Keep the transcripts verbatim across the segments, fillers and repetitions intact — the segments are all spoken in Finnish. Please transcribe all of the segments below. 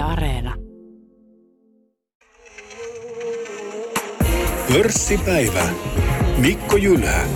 Areena. Pörssipäivä. Mikko Jylhä.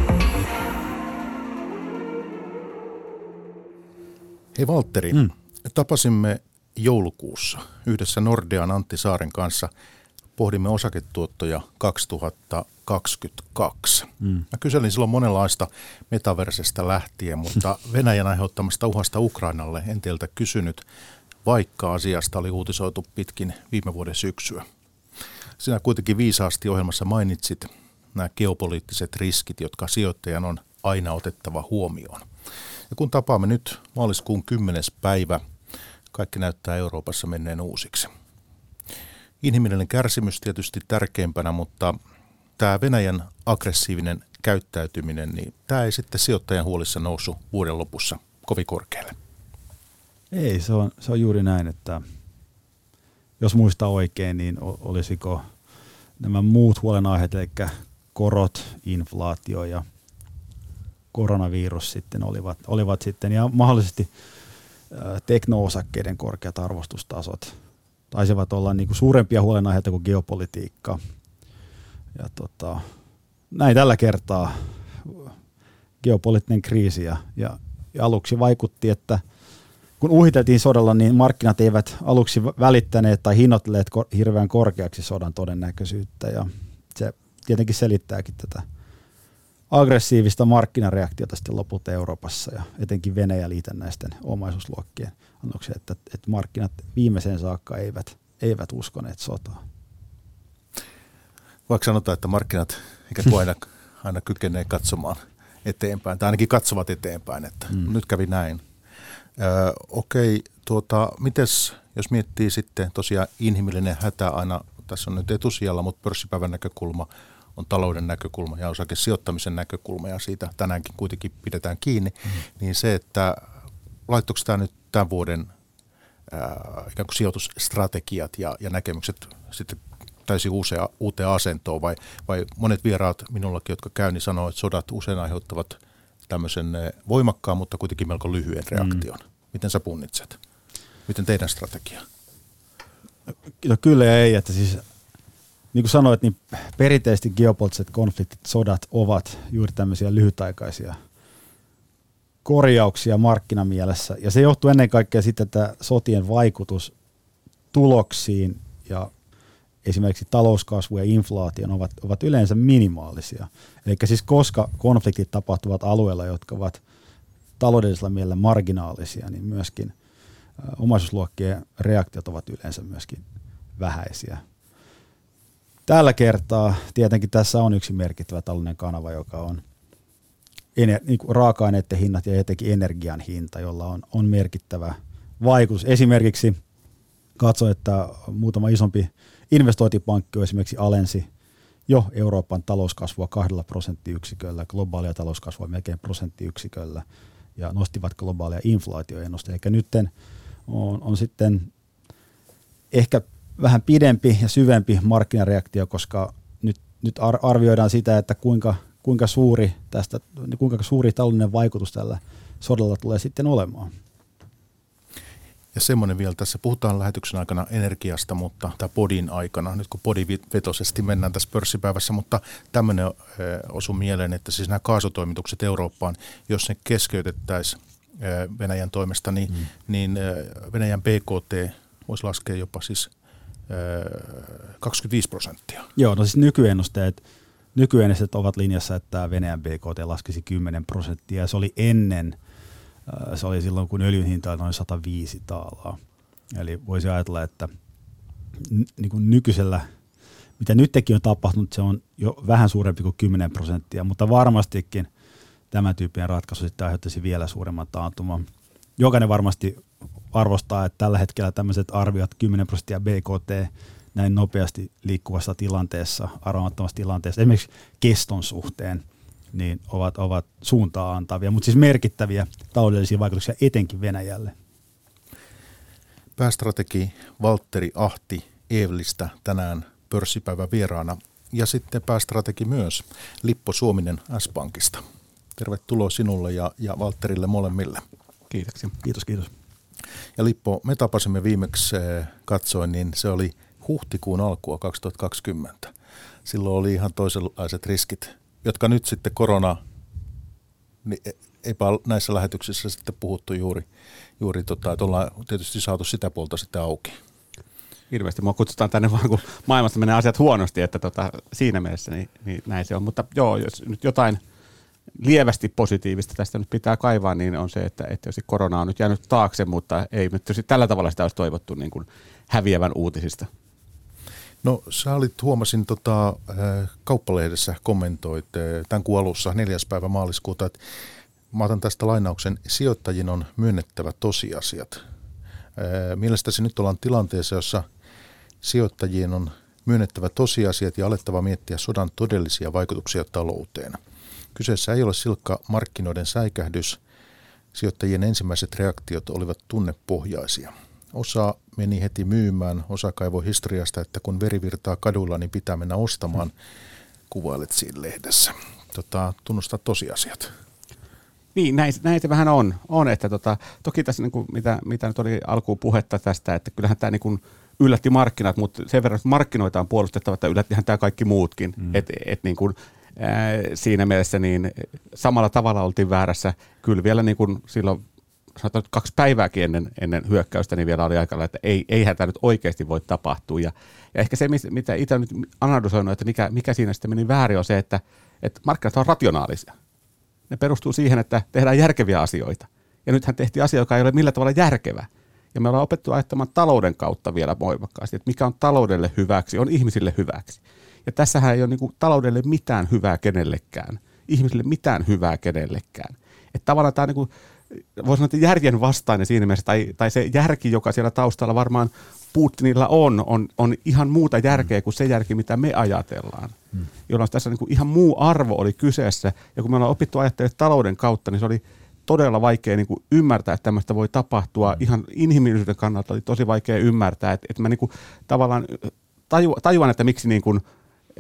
Hei Valtteri, mm. tapasimme joulukuussa yhdessä Nordean Antti Saaren kanssa. Pohdimme osaketuottoja kaksituhattakaksikymmentäkaksi. Mm. Mä kyselin silloin monenlaista metaversesta lähtien, mutta Venäjän aiheuttamasta uhasta Ukrainalle en teiltä kysynyt, vaikka asiasta oli uutisoitu pitkin viime vuoden syksyä. Sinä kuitenkin viisaasti ohjelmassa mainitsit nämä geopoliittiset riskit, jotka sijoittajan on aina otettava huomioon. Ja kun tapaamme nyt maaliskuun kymmenes päivä, kaikki näyttää Euroopassa menneen uusiksi. Inhimillinen kärsimys tietysti tärkeimpänä, mutta tämä Venäjän aggressiivinen käyttäytyminen, niin tämä ei sitten sijoittajan huolissa noussut vuoden lopussa kovin korkealle. Ei, se on, se on juuri näin, että jos muistaa oikein, niin olisiko nämä muut huolenaiheet, eli korot, inflaatio ja koronavirus sitten olivat, olivat sitten, ja mahdollisesti tekno-osakkeiden korkeat arvostustasot taisivat olla niin kuin suurempia huolenaiheita kuin geopolitiikka. Ja tota, näin tällä kertaa geopoliittinen kriisi ja, ja, ja aluksi vaikutti, että kun uhiteltiin sodalla, niin markkinat eivät aluksi välittäneet tai hinnoitelleet kor- hirveän korkeaksi sodan todennäköisyyttä, ja se tietenkin selittääkin tätä aggressiivista markkinareaktiota sitten lopulta Euroopassa ja etenkin Venäjä liitännäisten omaisuusluokkien annoksia, että, että markkinat viimeiseen saakka eivät, eivät uskoneet sotaa. Vaikka sanotaan, että markkinat ikään kuin aina, aina kykenee katsomaan eteenpäin, tai ainakin katsovat eteenpäin, että mm. nyt kävi näin. Öö, okei, tuota, mites jos miettii sitten tosiaan inhimillinen hätä aina, tässä on nyt etusijalla, mutta pörssipäivän näkökulma on talouden näkökulma ja osakesijoittamisen näkökulma, ja siitä tänäänkin kuitenkin pidetään kiinni, mm. niin se, että laittoiko tämä nyt tämän vuoden ää, ikään kuin sijoitusstrategiat ja, ja näkemykset sitten täysin uusia, uuteen asentoon, vai, vai monet vieraat minullakin, jotka käy, niin sanoo, että sodat usein aiheuttavat tämmöisen voimakkaan, mutta kuitenkin melko lyhyen reaktion. Mm. Miten sä punnitset? Miten teidän strategia? No kyllä ja ei, että siis niin kuin sanoit, niin perinteisesti geopoliittiset konfliktit, sodat ovat juuri tämmöisiä lyhytaikaisia korjauksia markkinamielessä. Ja se johtuu ennen kaikkea siitä, että sotien vaikutus tuloksiin ja esimerkiksi talouskasvu ja inflaatio ovat, ovat yleensä minimaalisia. Eli siis koska konfliktit tapahtuvat alueilla, jotka ovat taloudellisella mielellä marginaalisia, niin myöskin omaisuusluokkien reaktiot ovat yleensä myöskin vähäisiä. Tällä kertaa tietenkin tässä on yksi merkittävä taloudellinen kanava, joka on ener- niin kuin raaka-aineiden hinnat ja etenkin energian hinta, jolla on, on merkittävä vaikutus. Esimerkiksi katso, että muutama isompi investointipankki esimerkiksi alensi jo Euroopan talouskasvua kahdella prosenttiyksiköllä, globaalia talouskasvua melkein prosenttiyksiköllä, ja nostivat globaalia inflaatioennusteita. Eli nyt on, on sitten ehkä vähän pidempi ja syvempi markkinareaktio, koska nyt, nyt arvioidaan sitä, että kuinka, kuinka, suuri tästä, kuinka suuri taloudellinen vaikutus tällä sodalla tulee sitten olemaan. Ja semmoinen vielä tässä, puhutaan lähetyksen aikana energiasta, mutta tämä podin aikana, nyt kun podivetoisesti mennään tässä pörssipäivässä, mutta tämmöinen osui mieleen, että siis nämä kaasutoimitukset Eurooppaan, jos ne keskeytettäisiin Venäjän toimesta, niin, mm. niin Venäjän B K T voisi laskea jopa siis kaksikymmentäviisi prosenttia. Joo, no siis nykyennusteet, nykyennusteet ovat linjassa, että Venäjän B K T laskisi kymmenen prosenttia, ja se oli ennen, se oli silloin, kun öljyn hinta oli noin sata viisi taalaa. Eli voisi ajatella, että niin kuin nykyisellä, mitä nytkin on tapahtunut, se on jo vähän suurempi kuin kymmenen prosenttia, mutta varmastikin tämän tyyppinen ratkaisu sitten aiheuttaisi vielä suuremman taantuman. Jokainen varmasti arvostaa, että tällä hetkellä tämmöiset arviot kymmenen prosenttia B K T näin nopeasti liikkuvassa tilanteessa, arvaamattomassa tilanteessa, esimerkiksi keston suhteen, niin ovat, ovat suuntaa antavia, mutta siis merkittäviä taloudellisia vaikutuksia etenkin Venäjälle. Päästrategi Valtteri Ahti Eevlistä tänään pörssipäivän vieraana, ja sitten päästrategi myös Lippo Suominen S-Pankista. Tervetuloa sinulle ja, ja Valtterille molemmille. Kiitoksia. Kiitos, kiitos. Ja Lippo, me tapasimme viimeksi katsoin, niin se oli huhtikuun alkua kaksituhattakaksikymmentä. Silloin oli ihan toisenlaiset riskit, jotka nyt sitten korona, niin eipä näissä lähetyksissä sitten puhuttu juuri, juuri tota, että ollaan tietysti saatu sitä puolta sitten auki. Hirveästi mua kutsutaan tänne vaan, kun maailmassa menee asiat huonosti, että tota, siinä mielessä niin, niin näin se on. Mutta joo, jos nyt jotain lievästi positiivista tästä nyt pitää kaivaa, niin on se, että, että jos korona on nyt jäänyt taakse, mutta ei nyt tällä tavalla sitä olisi toivottu niin kuin häviävän uutisista. No sä olit, huomasin tota, Kauppalehdessä kommentoit tämän kuun alussa neljäs päivä maaliskuuta, että mä otan tästä lainauksen, sijoittajien on myönnettävä tosiasiat. Mielestäsi nyt ollaan tilanteessa, jossa sijoittajien on myönnettävä tosiasiat ja alettava miettiä sodan todellisia vaikutuksia talouteen. Kyseessä ei ole silkka markkinoiden säikähdys. Sijoittajien ensimmäiset reaktiot olivat tunnepohjaisia. Osa meni heti myymään, osa kaivoi historiasta, että kun veri virtaa kaduilla, niin pitää mennä ostamaan. Kuvailet siinä lehdessä. Tota, tunnustaa tosiasiat. Niin, näin, näin se vähän on, on että tota, toki tässä niin kuin, mitä, mitä nyt oli alkuun puhetta tästä, että kyllähän tämä niin kuin yllätti markkinat, mutta sen verran, että markkinoita on puolustettava, että yllättihän tämä kaikki muutkin, mm. että et, niin kuin, ää, siinä mielessä niin samalla tavalla oltiin väärässä, kyllä vielä niin kuin silloin sanotaan kaksi päivääkin ennen, ennen hyökkäystä, niin vielä oli aikalla, että ei, eihän tämä nyt oikeasti voi tapahtua, ja, ja ehkä se, mitä itse nyt analysoinut, että mikä, mikä siinä sitten meni väärin, on se, että, että markkinat on rationaalisia. Ne perustuu siihen, että tehdään järkeviä asioita. Ja nythän tehtiin asia, joka ei ole millään tavalla järkevä. Ja me ollaan opettu ajattelemaan talouden kautta vielä voimakkaasti, että mikä on taloudelle hyväksi, on ihmisille hyväksi. Ja tässähän ei ole niin kuin taloudelle mitään hyvää kenellekään, ihmisille mitään hyvää kenellekään. Että tavallaan tämä on niin kuin, voi sanoa, että järjen vastainen siinä mielessä, tai, tai se järki, joka siellä taustalla varmaan Putinilla on, on, on ihan muuta järkeä kuin se järki, mitä me ajatellaan. Hmm. Jolloin tässä niin kuin ihan muu arvo oli kyseessä, ja kun me ollaan opittu ajattelemaan talouden kautta, niin se oli todella vaikea niin kuin ymmärtää, että tämmöistä voi tapahtua. Hmm. Ihan inhimillisyyden kannalta oli tosi vaikea ymmärtää, että, että mä niin kuin tavallaan taju, tajuan, että miksi niin kuin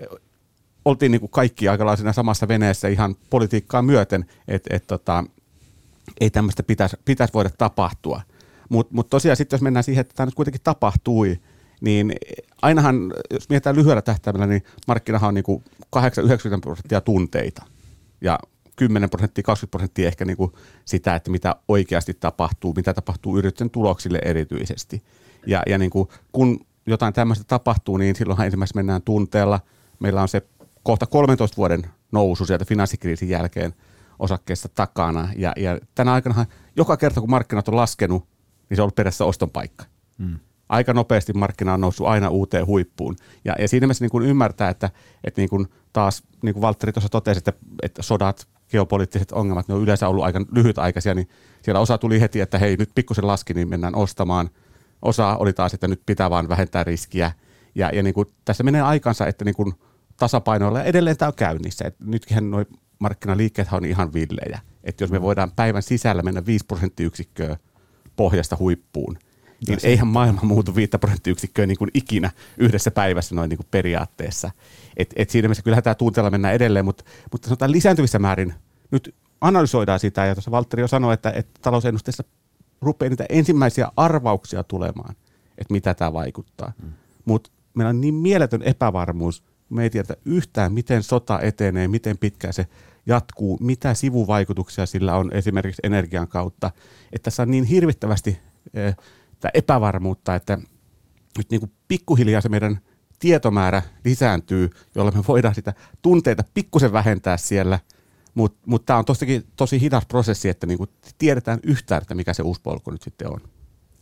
oltiin niin kuin kaikki aika siinä samassa veneessä ihan politiikkaa myöten, että, että tota, ei tämmöistä pitäisi, pitäisi voida tapahtua. Mutta mut tosiaan sitten, jos mennään siihen, että tämä nyt kuitenkin tapahtui, niin ainahan, jos mietitään lyhyellä tähtäimellä, niin markkinahan on niinku kahdeksankymmentä yhdeksänkymmentä prosenttia tunteita ja kymmenen prosenttia, kaksikymmentä prosenttia ehkä niinku sitä, että mitä oikeasti tapahtuu, mitä tapahtuu yrityksen tuloksille erityisesti. Ja, ja niinku, kun jotain tämmöistä tapahtuu, niin silloinhan ensimmäisenä mennään tunteella. Meillä on se kohta kolmentoista vuoden nousu sieltä finanssikriisin jälkeen osakkeessa takana. Ja, ja tänä aikana joka kerta, kun markkinat on laskenut, niin se on ollut perässä oston paikka. Hmm. Aika nopeasti markkina on noussut aina uuteen huippuun. Ja, ja siinä mielessä niin kuin ymmärtää, että, että niin kuin taas, niin kuin Valtteri tuossa totesi, että, että sodat, geopoliittiset ongelmat, ne on yleensä ollut aika lyhytaikaisia, niin siellä osa tuli heti, että hei, nyt pikkusen laski, niin mennään ostamaan. Osa oli taas, että nyt pitää vaan vähentää riskiä. Ja, ja niin kuin tässä menee aikansa, että niin kuin tasapainoilla, ja edelleen tämä on käynnissä. Et nytkin nuo markkinaliikkeet on ihan villejä. Että jos me voidaan päivän sisällä mennä viisi prosenttiyksikköä pohjasta huippuun, niin ja eihän maailma muutu viittä prosenttiyksikköä niin kuin ikinä yhdessä päivässä noin niin kuin periaatteessa. Et, et siinä mielessä kyllähän tämä tunteella mennään edelleen, mutta, mutta sanotaan lisääntyvissä määrin nyt analysoidaan sitä, ja tuossa Valtteri jo sanoi, että, että talousennusteessa rupeaa niitä ensimmäisiä arvauksia tulemaan, että mitä tämä vaikuttaa. Hmm. Mutta meillä on niin mieletön epävarmuus, me ei tiedä yhtään, miten sota etenee, miten pitkään se jatkuu, mitä sivuvaikutuksia sillä on esimerkiksi energian kautta, että tässä on niin hirvittävästi eh, epävarmuutta, että nyt niin kuin pikkuhiljaa se meidän tietomäärä lisääntyy, jolla me voidaan sitä tunteita pikkusen vähentää siellä, mutta mut tämä on tostakin tosi hidas prosessi, että niin kuin tiedetään yhtään, että mikä se uusi polku nyt sitten on.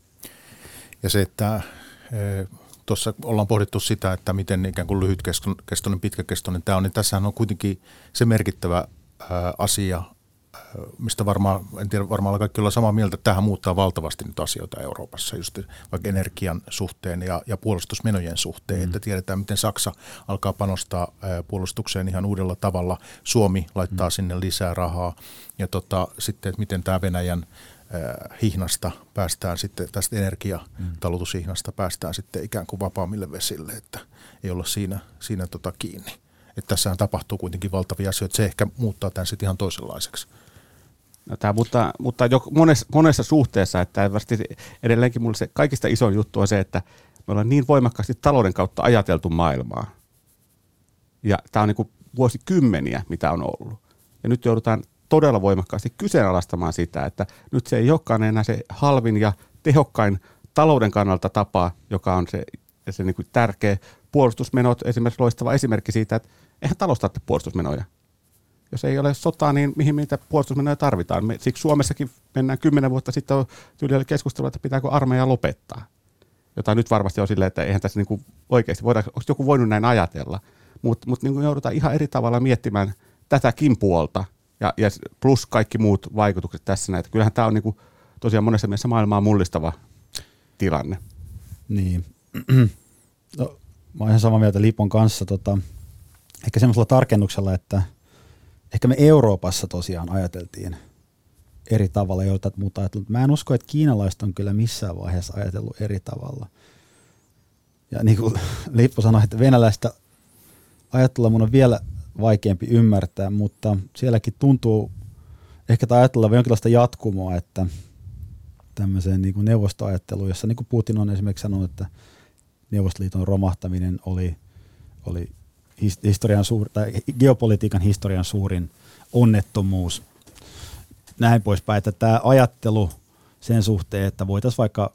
Ja se, että eh, tuossa ollaan pohdittu sitä, että miten ikään kuin lyhytkestoinen, pitkäkestoinen tämä on, niin tässähän on kuitenkin se merkittävä ää, asia, ää, mistä varmaan, en tiedä, varmaan kaikki ollaan samaa mieltä, että tämähän muuttaa valtavasti nyt asioita Euroopassa, just vaikka energian suhteen ja, ja puolustusmenojen suhteen, mm. että tiedetään, miten Saksa alkaa panostaa ää, puolustukseen ihan uudella tavalla, Suomi laittaa mm. sinne lisää rahaa, ja tota, sitten, että miten tämä Venäjän hihnasta päästään sitten, tästä energiatalutushihnasta päästään sitten ikään kuin vapaammille vesille, että ei olla siinä, siinä tota kiinni. Että tässähän tapahtuu kuitenkin valtavia asioita, se ehkä muuttaa tämän sitten ihan toisenlaiseksi. No, tämä, mutta mutta jo monessa, monessa suhteessa, että edelleenkin mulle se kaikista isoin juttu on se, että me ollaan niin voimakkaasti talouden kautta ajateltu maailmaa. Ja tämä on niin kuin vuosikymmeniä, mitä on ollut. Ja nyt joudutaan todella voimakkaasti kyseenalaistamaan sitä, että nyt se ei olekaan enää se halvin ja tehokkain talouden kannalta tapa, joka on se, se niin kuin tärkeä. Puolustusmenot, esimerkiksi loistava esimerkki siitä, että eihän talous tarvitse puolustusmenoja. Jos ei ole sotaa, niin mihin niitä puolustusmenoja tarvitaan? Me, siksi Suomessakin mennään kymmenen vuotta sitten on tyyliä keskustelua, että pitääkö armeija lopettaa. Jota nyt varmasti on silleen, että eihän tässä niin kuin oikeasti, voidaan, onko joku voinut näin ajatella. Mutta mut niin joudutaan ihan eri tavalla miettimään tätäkin puolta ja, ja plus kaikki muut vaikutukset tässä näitä. Kyllähän tämä on niin kuin tosiaan monessa mielessä maailmaa mullistava tilanne. Niin. No, mä oon ihan samaa mieltä Lipon kanssa. Tota, ehkä semmoisella tarkennuksella, että ehkä me Euroopassa tosiaan ajateltiin eri tavalla, joita muuta ajatellut. Mä en usko, että kiinalaiset on kyllä missään vaiheessa ajatellut eri tavalla. Ja niin kuin Lippo sanoi, että venäläistä ajattelua mun on vielä vaikeampi ymmärtää, mutta sielläkin tuntuu ehkä ajatella jonkinlaista jatkumoa, että tämmöiseen niin kuin neuvostoajatteluun, jossa niin kuin Putin on esimerkiksi sanonut, että Neuvostoliiton romahtaminen oli, oli historian suur, tai geopolitiikan historian suurin onnettomuus. Näin poispäin, että tämä ajattelu sen suhteen, että voitaisiin vaikka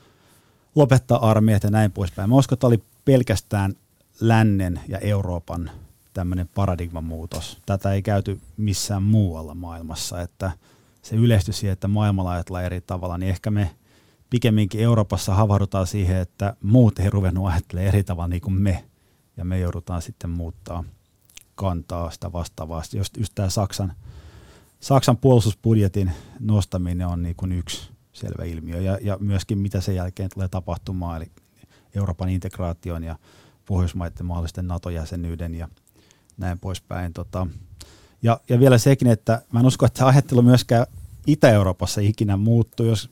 lopettaa armeijat ja näin poispäin. Mä uskon, että oli pelkästään lännen ja Euroopan tämmöinen paradigman muutos. Tätä ei käyty missään muualla maailmassa, että se yleistyi siihen, että maailmalla ajatellaan eri tavalla, niin ehkä me pikemminkin Euroopassa havahdutaan siihen, että muut ei ruvennut ajattelemaan eri tavalla niin kuin me, ja me joudutaan sitten muuttaa kantaa sitä vastaavasti. Just, just tämä Saksan, Saksan puolustusbudjetin nostaminen on niin kuin yksi selvä ilmiö, ja, ja myöskin mitä sen jälkeen tulee tapahtumaan, eli Euroopan integraation ja Pohjoismaiden mahdollisten NATO-jäsenyyden ja näin poispäin. Tota, ja, ja vielä sekin, että mä en usko, että ajattelu myöskään Itä-Euroopassa ikinä muuttuu, jos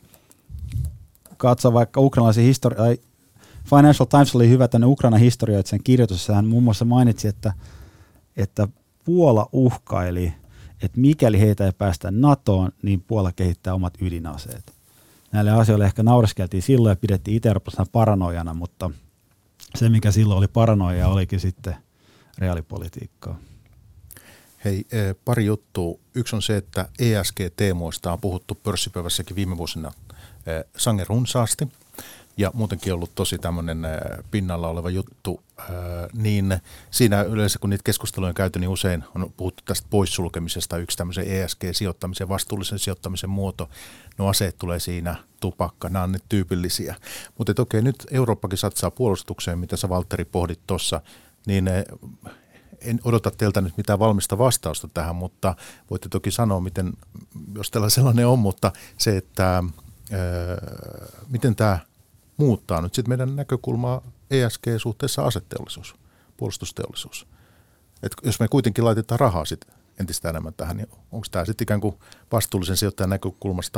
katsoo vaikka ukrainalaisen historia. Financial Times oli hyvä tänne Ukrainan historioitsen kirjoitus, hän muun muassa mainitsi, että, että Puola uhkaili, että mikäli heitä ei päästä NATOon, niin Puola kehittää omat ydinaseet. Näille asioille ehkä naureskeltiin silloin ja pidettiin Itä-Euroopassa paranoijana, mutta se, mikä silloin oli paranoia, olikin sitten reaalipolitiikkaa. Hei, pari juttua. Yksi on se, että E S G-teemoista on puhuttu pörssipäivässäkin viime vuosina sangen runsaasti. Ja muutenkin ollut tosi tämmöinen pinnalla oleva juttu. Niin siinä yleensä, kun niitä keskusteluja on käyty, niin usein on puhuttu tästä poissulkemisesta. Yksi tämmöisen E S G-sijoittamisen, vastuullisen sijoittamisen muoto. No aseet tulee siinä, tupakka, nämä on nyt tyypillisiä. Mutta okei, nyt Eurooppakin satsaa puolustukseen, mitä sä Valtteri pohdit tuossa, niin en odota teiltä nyt mitään valmista vastausta tähän, mutta voitte toki sanoa, miten, jos tällä sellainen on, mutta se, että öö, miten tämä muuttaa nyt sitten meidän näkökulmaa E S G-suhteessa aseteollisuus, puolustusteollisuus. Et jos me kuitenkin laitetaan rahaa sit entistä enemmän tähän, niin onko tämä sitten ikään kuin vastuullisen sijoittajan näkökulmasta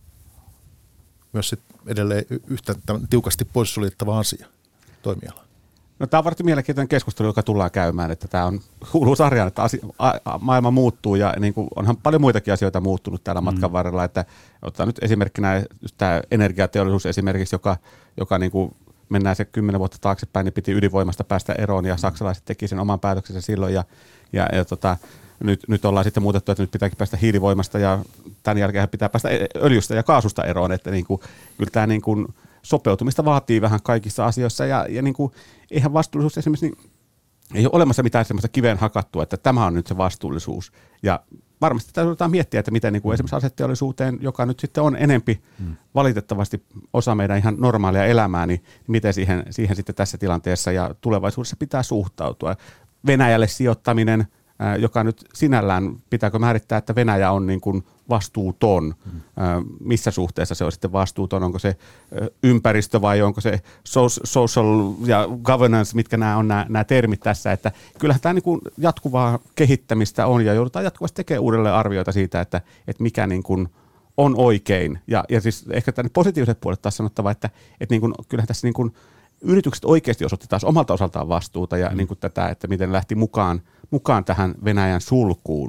myös sit edelleen yhtä tiukasti poissuljettava asia toimiala? No, tämä on varmasti mielenkiintoinen keskustelu, joka tullaan käymään, että tämä on kuuluu sarjaan, että asia, a, a, maailma muuttuu ja niin kuin onhan paljon muitakin asioita muuttunut täällä matkan mm. varrella, että ottaa nyt esimerkkinä tämä energiateollisuus esimerkiksi, joka, joka niin kuin mennään se kymmenen vuotta taaksepäin, niin piti ydinvoimasta päästä eroon ja saksalaiset teki sen oman päätöksensä silloin ja, ja, ja tota, nyt, nyt ollaan sitten muutettu, että nyt pitääkin päästä hiilivoimasta ja tämän jälkeen pitää päästä öljystä ja kaasusta eroon, että niin kuin, kyllä tämä niin kuin sopeutumista vaatii vähän kaikissa asioissa ja, ja niin kuin, eihän vastuullisuus esimerkiksi, niin ei ole olemassa mitään semmoista kiveen hakattua, että tämä on nyt se vastuullisuus. Ja varmasti täytyy miettiä, että miten niin kuin esimerkiksi aseteollisuuteen, joka nyt sitten on enempi hmm. valitettavasti osa meidän ihan normaalia elämää, niin miten siihen, siihen sitten tässä tilanteessa ja tulevaisuudessa pitää suhtautua. Venäjälle sijoittaminen, joka nyt sinällään, pitääkö määrittää, että Venäjä on niin kuin vastuuton, hmm. missä suhteessa se on sitten vastuuton, onko se ympäristö vai onko se social ja governance, mitkä nämä on nämä, nämä termit tässä, että kyllähän tämä niin kuin jatkuvaa kehittämistä on ja joudutaan jatkuvasti tekemään uudelleen arvioita siitä, että, että mikä niin kuin on oikein ja, ja siis ehkä tänne positiiviset puolet taas sanottava, että, että niin kuin, kyllähän tässä niin kuin yritykset oikeasti osoitti taas omalta osaltaan vastuuta ja mm. niin kuin tätä, että miten lähti mukaan, mukaan tähän Venäjän sulkuun.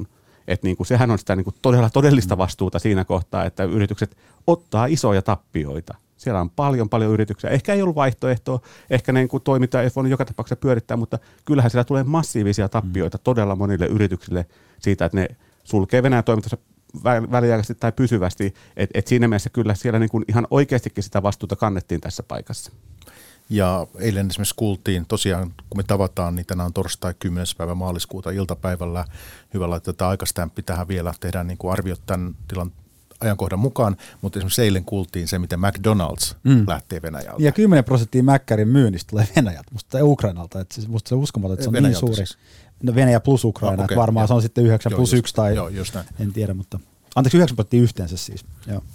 Että niin kuin sehän on sitä niin kuin todella todellista vastuuta siinä kohtaa, että yritykset ottaa isoja tappioita. Siellä on paljon, paljon yrityksiä. Ehkä ei ollut vaihtoehtoa, ehkä ne niin kuin toiminta ei voinut joka tapauksessa pyörittää, mutta kyllähän siellä tulee massiivisia tappioita todella monille yrityksille siitä, että ne sulkee Venäjän toimintansa väliaikaisesti tai pysyvästi. Et, et siinä mielessä kyllä siellä niin kuin ihan oikeastikin sitä vastuuta kannettiin tässä paikassa. Ja eilen esimerkiksi kuultiin, tosiaan kun me tavataan, niin tänään on torstai kymmenes päivä maaliskuuta iltapäivällä. Hyvä laittaa tätä aikastämpi tähän vielä, tehdään niin kuin arviot tämän tilan ajankohdan mukaan, mutta esimerkiksi eilen kuultiin se, miten McDonald's mm. lähtee Venäjältä. Ja kymmenen prosenttia Mäkkärin myynnistä tulee Venäjältä, musta tai Ukrainalta. Että siis musta se on uskomaton, että se on Venäjältä niin suuri. Siis. No Venäjä plus Ukraina, no, okay, varmaan joo. Se on sitten yhdeksän joo, plus yksi tai joo, en tiedä, mutta anteeksi yhdeksän prosenttia yhteensä siis.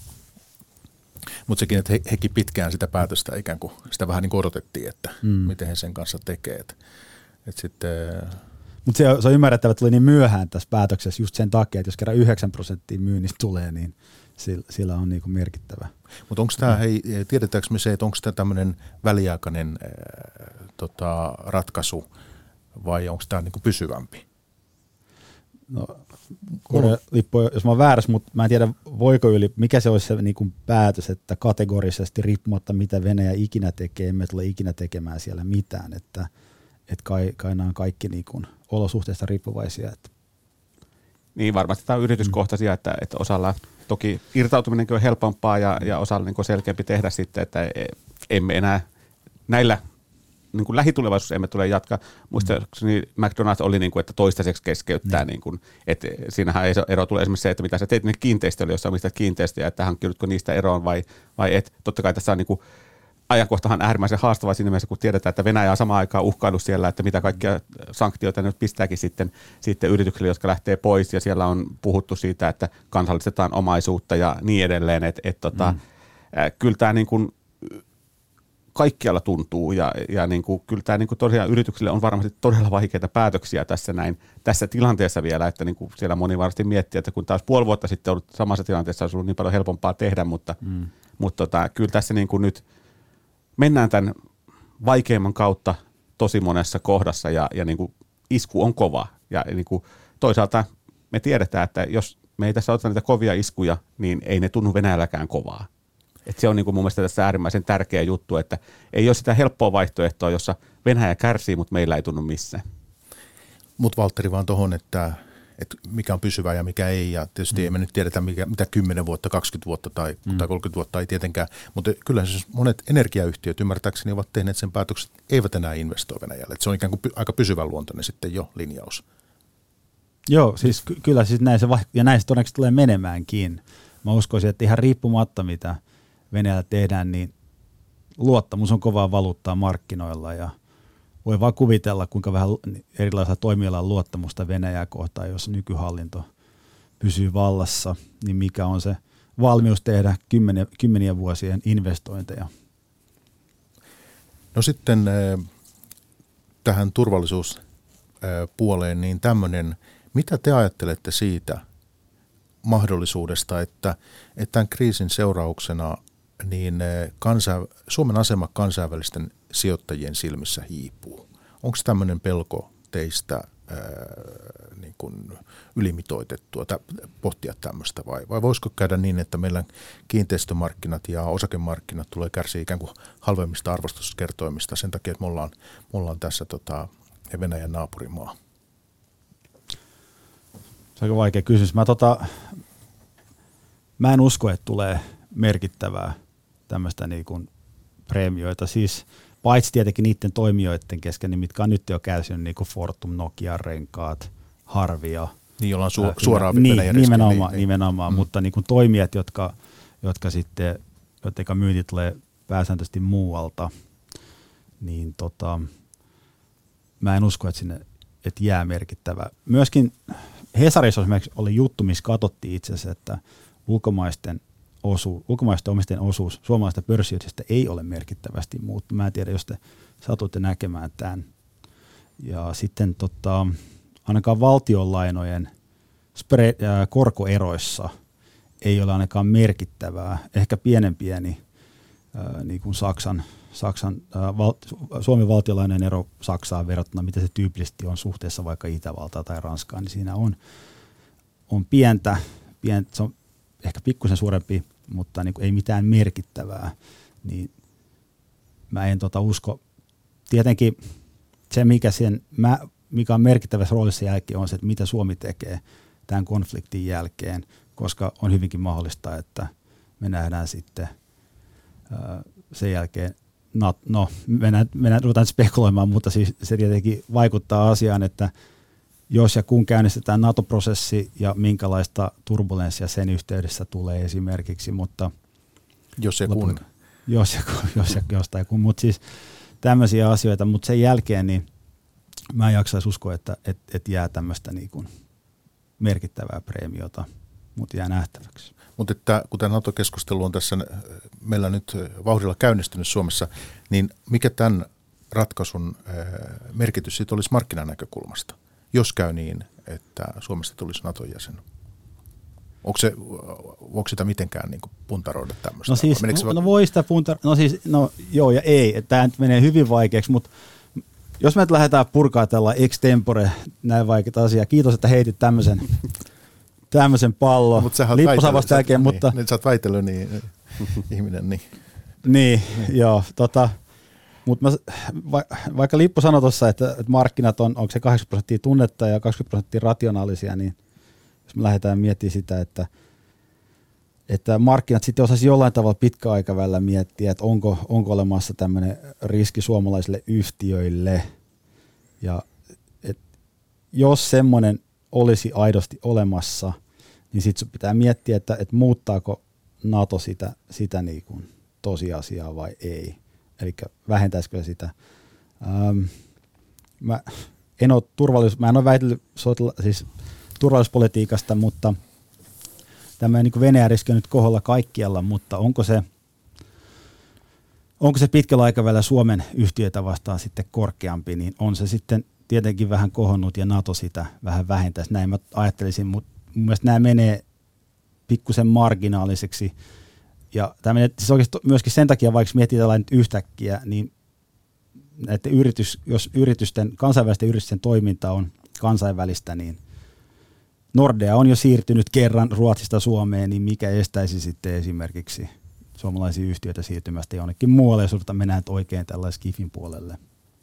Mutta sekin, että he, hekin pitkään sitä päätöstä ikään kuin, sitä vähän niin kuin odotettiin, että mm. miten he sen kanssa tekee. Et, et sitten... Mutta se, se on ymmärrettävä, että tuli niin myöhään tässä päätöksessä just sen takia, että jos kerran yhdeksän prosenttia myynnistä tulee, niin sillä, sillä on niin kuin merkittävä. Mutta onko tämä, hei, tiedetäänkö me se, että onko tämä tämmöinen väliaikainen äh, tota, ratkaisu vai onko tämä niin kuin pysyvämpi? No, lippu, jos mä oon väärässä, mutta mä en tiedä, voiko yli, mikä se olisi se niin kuin päätös, että kategorisesti riippumatta mitä Venäjä ikinä tekee, emme tule ikinä tekemään siellä mitään, että, että kai, kai nämä on kaikki niin kuin olosuhteista riippuvaisia. Että. Niin varmasti tämä on yrityskohtaisia, että, että osalla toki irtautuminenkin on helpompaa ja, ja osalla niin kuin selkeämpi tehdä sitten, että emme enää näillä niin kuin lähitulevaisuudessa emme tule jatkaa. Muistaakseni McDonald's oli, niin kuin, että toistaiseksi keskeyttää. Mm. Niin kuin, että siinähän ero tulee esimerkiksi se, että mitä sä teet ne kiinteistöille, jos sä omistat kiinteistöjä, että hankkiudutko niistä eroon vai, vai et. Totta kai tässä on niin kuin, ajankohtahan äärimmäisen haastava siinä mielessä, kun tiedetään, että Venäjä on samaan aikaan uhkailu siellä, että mitä kaikkia sanktioita nyt pistääkin sitten, sitten yrityksille, jotka lähtee pois. Ja siellä on puhuttu siitä, että kansallistetaan omaisuutta ja niin edelleen. Että et, tota, mm. äh, kyllä tämä niin kuin kaikkialla tuntuu ja, ja niin kuin, kyllä tämä niin kuin tosiaan yrityksille on varmasti todella vaikeita päätöksiä tässä näin, tässä tilanteessa vielä, että niin kuin siellä moni varmasti miettii, että kun taas puoli vuotta sitten ollut samassa tilanteessa, olisi ollut niin paljon helpompaa tehdä, mutta, mm. mutta tota, kyllä tässä niin kuin nyt mennään tämän vaikeimman kautta tosi monessa kohdassa ja, ja niin kuin isku on kova ja niin kuin toisaalta me tiedetään, että jos me ei tässä oteta niitä kovia iskuja, niin ei ne tunnu Venäjälläkään kovaa. Et se on niin kuin mun mielestä tässä äärimmäisen tärkeä juttu, että ei ole sitä helppoa vaihtoehtoa, jossa Venäjä kärsii, mutta meillä ei tunnu missään. Mutta Valtteri vaan tuohon, että, että mikä on pysyvää ja mikä ei. Ja tietysti mm. emme nyt tiedetä, mikä, mitä kymmenen vuotta, kaksikymmentä vuotta tai, mm. tai kolmekymmentä vuotta ei tietenkään. Mutta kyllä siis monet energiayhtiöt ymmärtääkseni ovat tehneet sen päätöksen, että eivät enää investoi Venäjälle. Et se on ikään kuin aika pysyvän luontoinen sitten jo linjaus. Joo, siis ky- kyllä siis näin se, ja näin se todennäköisesti tulee menemäänkin. Mä uskoisin, että ihan riippumatta mitä Venäjällä tehdään, niin luottamus on kovaa valuuttaa markkinoilla ja voi vaan kuvitella, kuinka vähän erilaisilla toimijoilla on luottamusta Venäjää kohtaan, jos nykyhallinto pysyy vallassa, niin mikä on se valmius tehdä kymmeniä, kymmeniä vuosien investointeja. No sitten tähän turvallisuuspuoleen, niin tämmöinen, mitä te ajattelette siitä mahdollisuudesta, että, että tämän kriisin seurauksena niin kansa, Suomen asema kansainvälisten sijoittajien silmissä hiipuu. Onko tämmöinen pelko teistä ää, niin kuin ylimitoitettua, tä, pohtia tämmöistä vai, vai voisiko käydä niin, että meillä kiinteistömarkkinat ja osakemarkkinat tulee kärsiä ikään kuin halvemmista arvostuskertoimista sen takia, että me ollaan, me ollaan tässä tota, Venäjän naapurimaa? Se on aika vaikea kysymys. Mä, tota, mä en usko, että tulee merkittävää tämmöistä niin kuin preemioita. Siis paitsi tietenkin niiden toimijoiden kesken, niin mitkä on nyt jo kärsinyt, niin kuin Fortum, Nokia, Renkaat, Harvia. Niin, jolla on su- suoraan niin, Venäjän nimenomaan, niin, nimenomaan. Mm. Mutta niin kuin toimijat, jotka, jotka sitten, jotka myynti tulee pääsääntöisesti muualta, niin tota, mä en usko, että sinne että jää merkittävä. Myöskin Hesarissa esimerkiksi oli juttu, missä katsottiin itse asiassa, että ulkomaisten, osu, ulkomaisten omistajien osuus suomalaisista pörssiyhtiöistä ei ole merkittävästi muuttunut. Mä en tiedä, jos te satutte näkemään tämän. Ja sitten tota, ainakaan valtionlainojen spread, äh, korkoeroissa ei ole ainakaan merkittävää, ehkä pienen pieni, äh, niin kuin Saksan, Saksan äh, val, Suomen valtionlainojen ero Saksaan verrattuna, mitä se tyypillisesti on suhteessa vaikka Itävaltaan tai Ranskaan, niin siinä on on pientä, pientä, se on ehkä pikkusen suurempi, mutta niin kuin ei mitään merkittävää, niin mä en tota usko. Tietenkin se, mikä, sen, mä, mikä on merkittävässä roolissa jälkeen, on se, että mitä Suomi tekee tämän konfliktin jälkeen, koska on hyvinkin mahdollista, että me nähdään sitten ää, sen jälkeen, no, no mennään, mennään ruvetaan spekuloimaan, mutta siis se tietenkin vaikuttaa asiaan, että jos ja kun käynnistetään NATO-prosessi ja minkälaista turbulenssia sen yhteydessä tulee esimerkiksi, mutta jos ja kun. Jos ja kun, jos ja jostain kun, mutta siis tämmöisiä asioita, mutta sen jälkeen niin mä en jaksaisi uskoa, että et, et jää tämmöistä niin kuin merkittävää preemiota, mutta jää nähtäväksi. Mutta että kuten NATO-keskustelu on tässä meillä nyt vauhdilla käynnistynyt Suomessa, niin mikä tämän ratkaisun merkitys siitä olisi markkinanäkökulmasta, jos käy niin, että Suomesta tulisi NATO-jäsen? Onko, se, onko sitä mitenkään niin kuin puntaroida tämmöistä? No siis, va- no voi sitä puntaroida, no siis, no joo ja ei, että tämä menee hyvin vaikeaksi, mutta jos me lähdetään purkaa tällä extempore näin vaikeita asiaa, kiitos, että heitit tämmöisen, tämmöisen pallon lippusavasta jälkeen, niin, mutta... Niin, sä oot väitellyt, niin ihminen, niin. Niin, joo, tota, mutta va, vaikka Lippu sanoi tuossa, että, että markkinat on, onko se kahdeksankymmentä prosenttia tunnetta ja kaksikymmentä prosenttia rationaalisia, niin jos me lähdetään miettimään sitä, että, että markkinat sitten osaisi jollain tavalla pitkäaikavälillä miettiä, että onko, onko olemassa tämmöinen riski suomalaisille yhtiöille. Ja et jos semmoinen olisi aidosti olemassa, niin sitten pitää miettiä, että, että muuttaako NATO sitä, sitä niin kuin tosiasiaa vai ei. Eli vähentäisikö sitä. Ähm, mä en ole turvallisuus, mä en ole väitellyt siis turvallisuuspolitiikasta, mutta tämä niin Venäjän riski on nyt koholla kaikkialla, mutta onko se, onko se pitkällä aikavälillä Suomen yhtiöitä vastaan sitten korkeampi, niin on se sitten tietenkin vähän kohonnut ja NATO sitä vähän vähentäisi. Näin mä ajattelisin, mutta mun mielestä nämä menee pikkusen marginaaliseksi. Ja tämä menee siis oikeasti myöskin sen takia, vaikka miettii tällainen yhtäkkiä, niin että yritys, jos yritysten, kansainvälisten yritysten toiminta on kansainvälistä, niin Nordea on jo siirtynyt kerran Ruotsista Suomeen, niin mikä estäisi sitten esimerkiksi suomalaisia yhtiöitä siirtymästä jonnekin muualle, jos mennään oikein tällaisen skifin puolelle.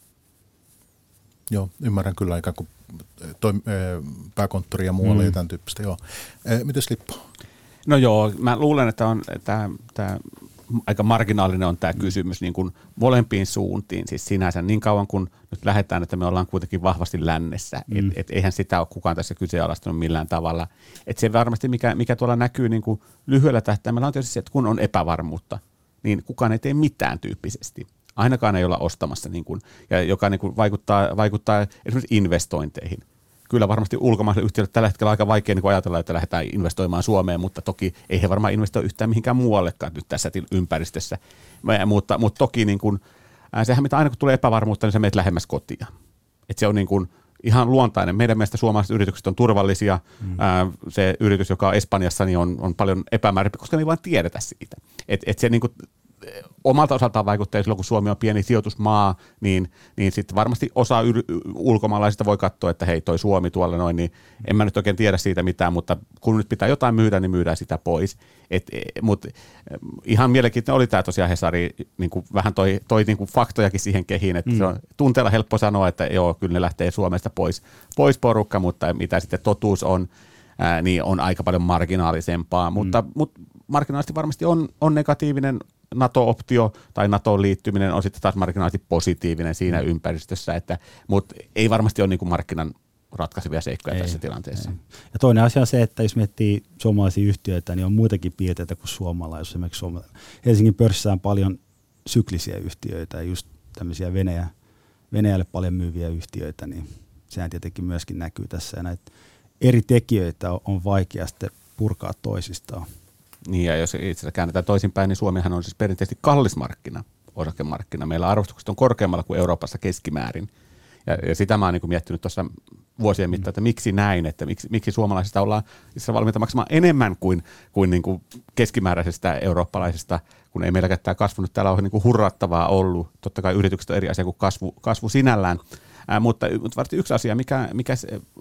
Joo, ymmärrän kyllä ikään kuin toi, pääkonttori ja muualle mm. ja tämän tyyppistä. Joo. Mites Lippo? No joo, mä luulen, että on tämä, tämä aika marginaalinen on tämä kysymys niin kuin molempiin suuntiin. Siis sinänsä niin kauan kun nyt lähdetään, että me ollaan kuitenkin vahvasti lännessä. Mm. Et, et eihän sitä ole kukaan tässä kyseenalaistanut millään tavalla. Et se varmasti, mikä, mikä tuolla näkyy niin kuin lyhyellä tähtäimellä on tietysti se, että kun on epävarmuutta, niin kukaan ei tee mitään tyyppisesti. Ainakaan ei olla ostamassa, niin kuin, ja joka niin kuin vaikuttaa, vaikuttaa esimerkiksi investointeihin. Kyllä varmasti ulkomaisille yhtiöille tällä hetkellä aika vaikea niin ajatella, että lähdetään investoimaan Suomeen, mutta toki ei he varmaan investoi yhtään mihinkään muuallekaan nyt tässä ympäristössä. Mutta, mutta toki niin kuin, äh, sehän mitä aina kun tulee epävarmuutta, niin se menet lähemmäs kotia. Et se on niin kuin ihan luontainen. Meidän mielestä suomalaiset yritykset on turvallisia. Mm. Äh, se yritys, joka on Espanjassa, niin on, on paljon epämääräisempi, koska me ei vaan tiedetä siitä. Et, et se niin kuin omalta osaltaan vaikuttaa, silloin kun Suomi on pieni sijoitusmaa, niin, niin sitten varmasti osa yr- ulkomaalaisista voi katsoa, että hei toi Suomi tuolla noin, niin en mä nyt oikein tiedä siitä mitään, mutta kun nyt pitää jotain myydä, niin myydään sitä pois. Et, mut, ihan mielenkiintoinen oli tämä tosiaan Hesari, niin kuin vähän toi, toi niin kuin faktojakin siihen kehiin, että mm. se on tunteella helppo sanoa, että joo, kyllä ne lähtee Suomesta pois, pois porukka, mutta mitä sitten totuus on, ää, niin on aika paljon marginaalisempaa, mm. mutta, mutta marginaalisesti varmasti on, on negatiivinen NATO-optio tai NATOon liittyminen on sitten taas marginaalisesti positiivinen siinä mm. ympäristössä, että, mutta ei varmasti ole niin kuin markkinan ratkaisevia seikkoja ei, tässä tilanteessa. Ei. Ja toinen asia on se, että jos miettii suomalaisia yhtiöitä, niin on muitakin piirteitä kuin suomalaisia. Esimerkiksi Suoma- Helsingin pörssissä on paljon syklisiä yhtiöitä ja just tämmöisiä Venäjä, Venäjälle paljon myyviä yhtiöitä, niin sehän tietenkin myöskin näkyy tässä. Ja näitä eri tekijöitä on vaikea sitten purkaa toisistaan. Niin, ja jos itse asiassa käännetään toisinpäin, niin Suomihan on siis perinteisesti kallis markkina, osakemarkkina. Meillä arvostukset on korkeammalla kuin Euroopassa keskimäärin. Ja, ja sitä mä oon niin miettinyt tuossa vuosien mittaan, että miksi näin, että miksi, miksi suomalaisista ollaan valmiita maksamaan enemmän kuin, kuin, niin kuin keskimääräisestä eurooppalaisesta, kun ei meilläkään tämä kasvu nyt täällä ole niin kuin hurrattavaa ollut. Totta kai yritykset on eri asia kuin kasvu, kasvu sinällään. Ää, mutta, mutta varmasti yksi asia, mikä, mikä se,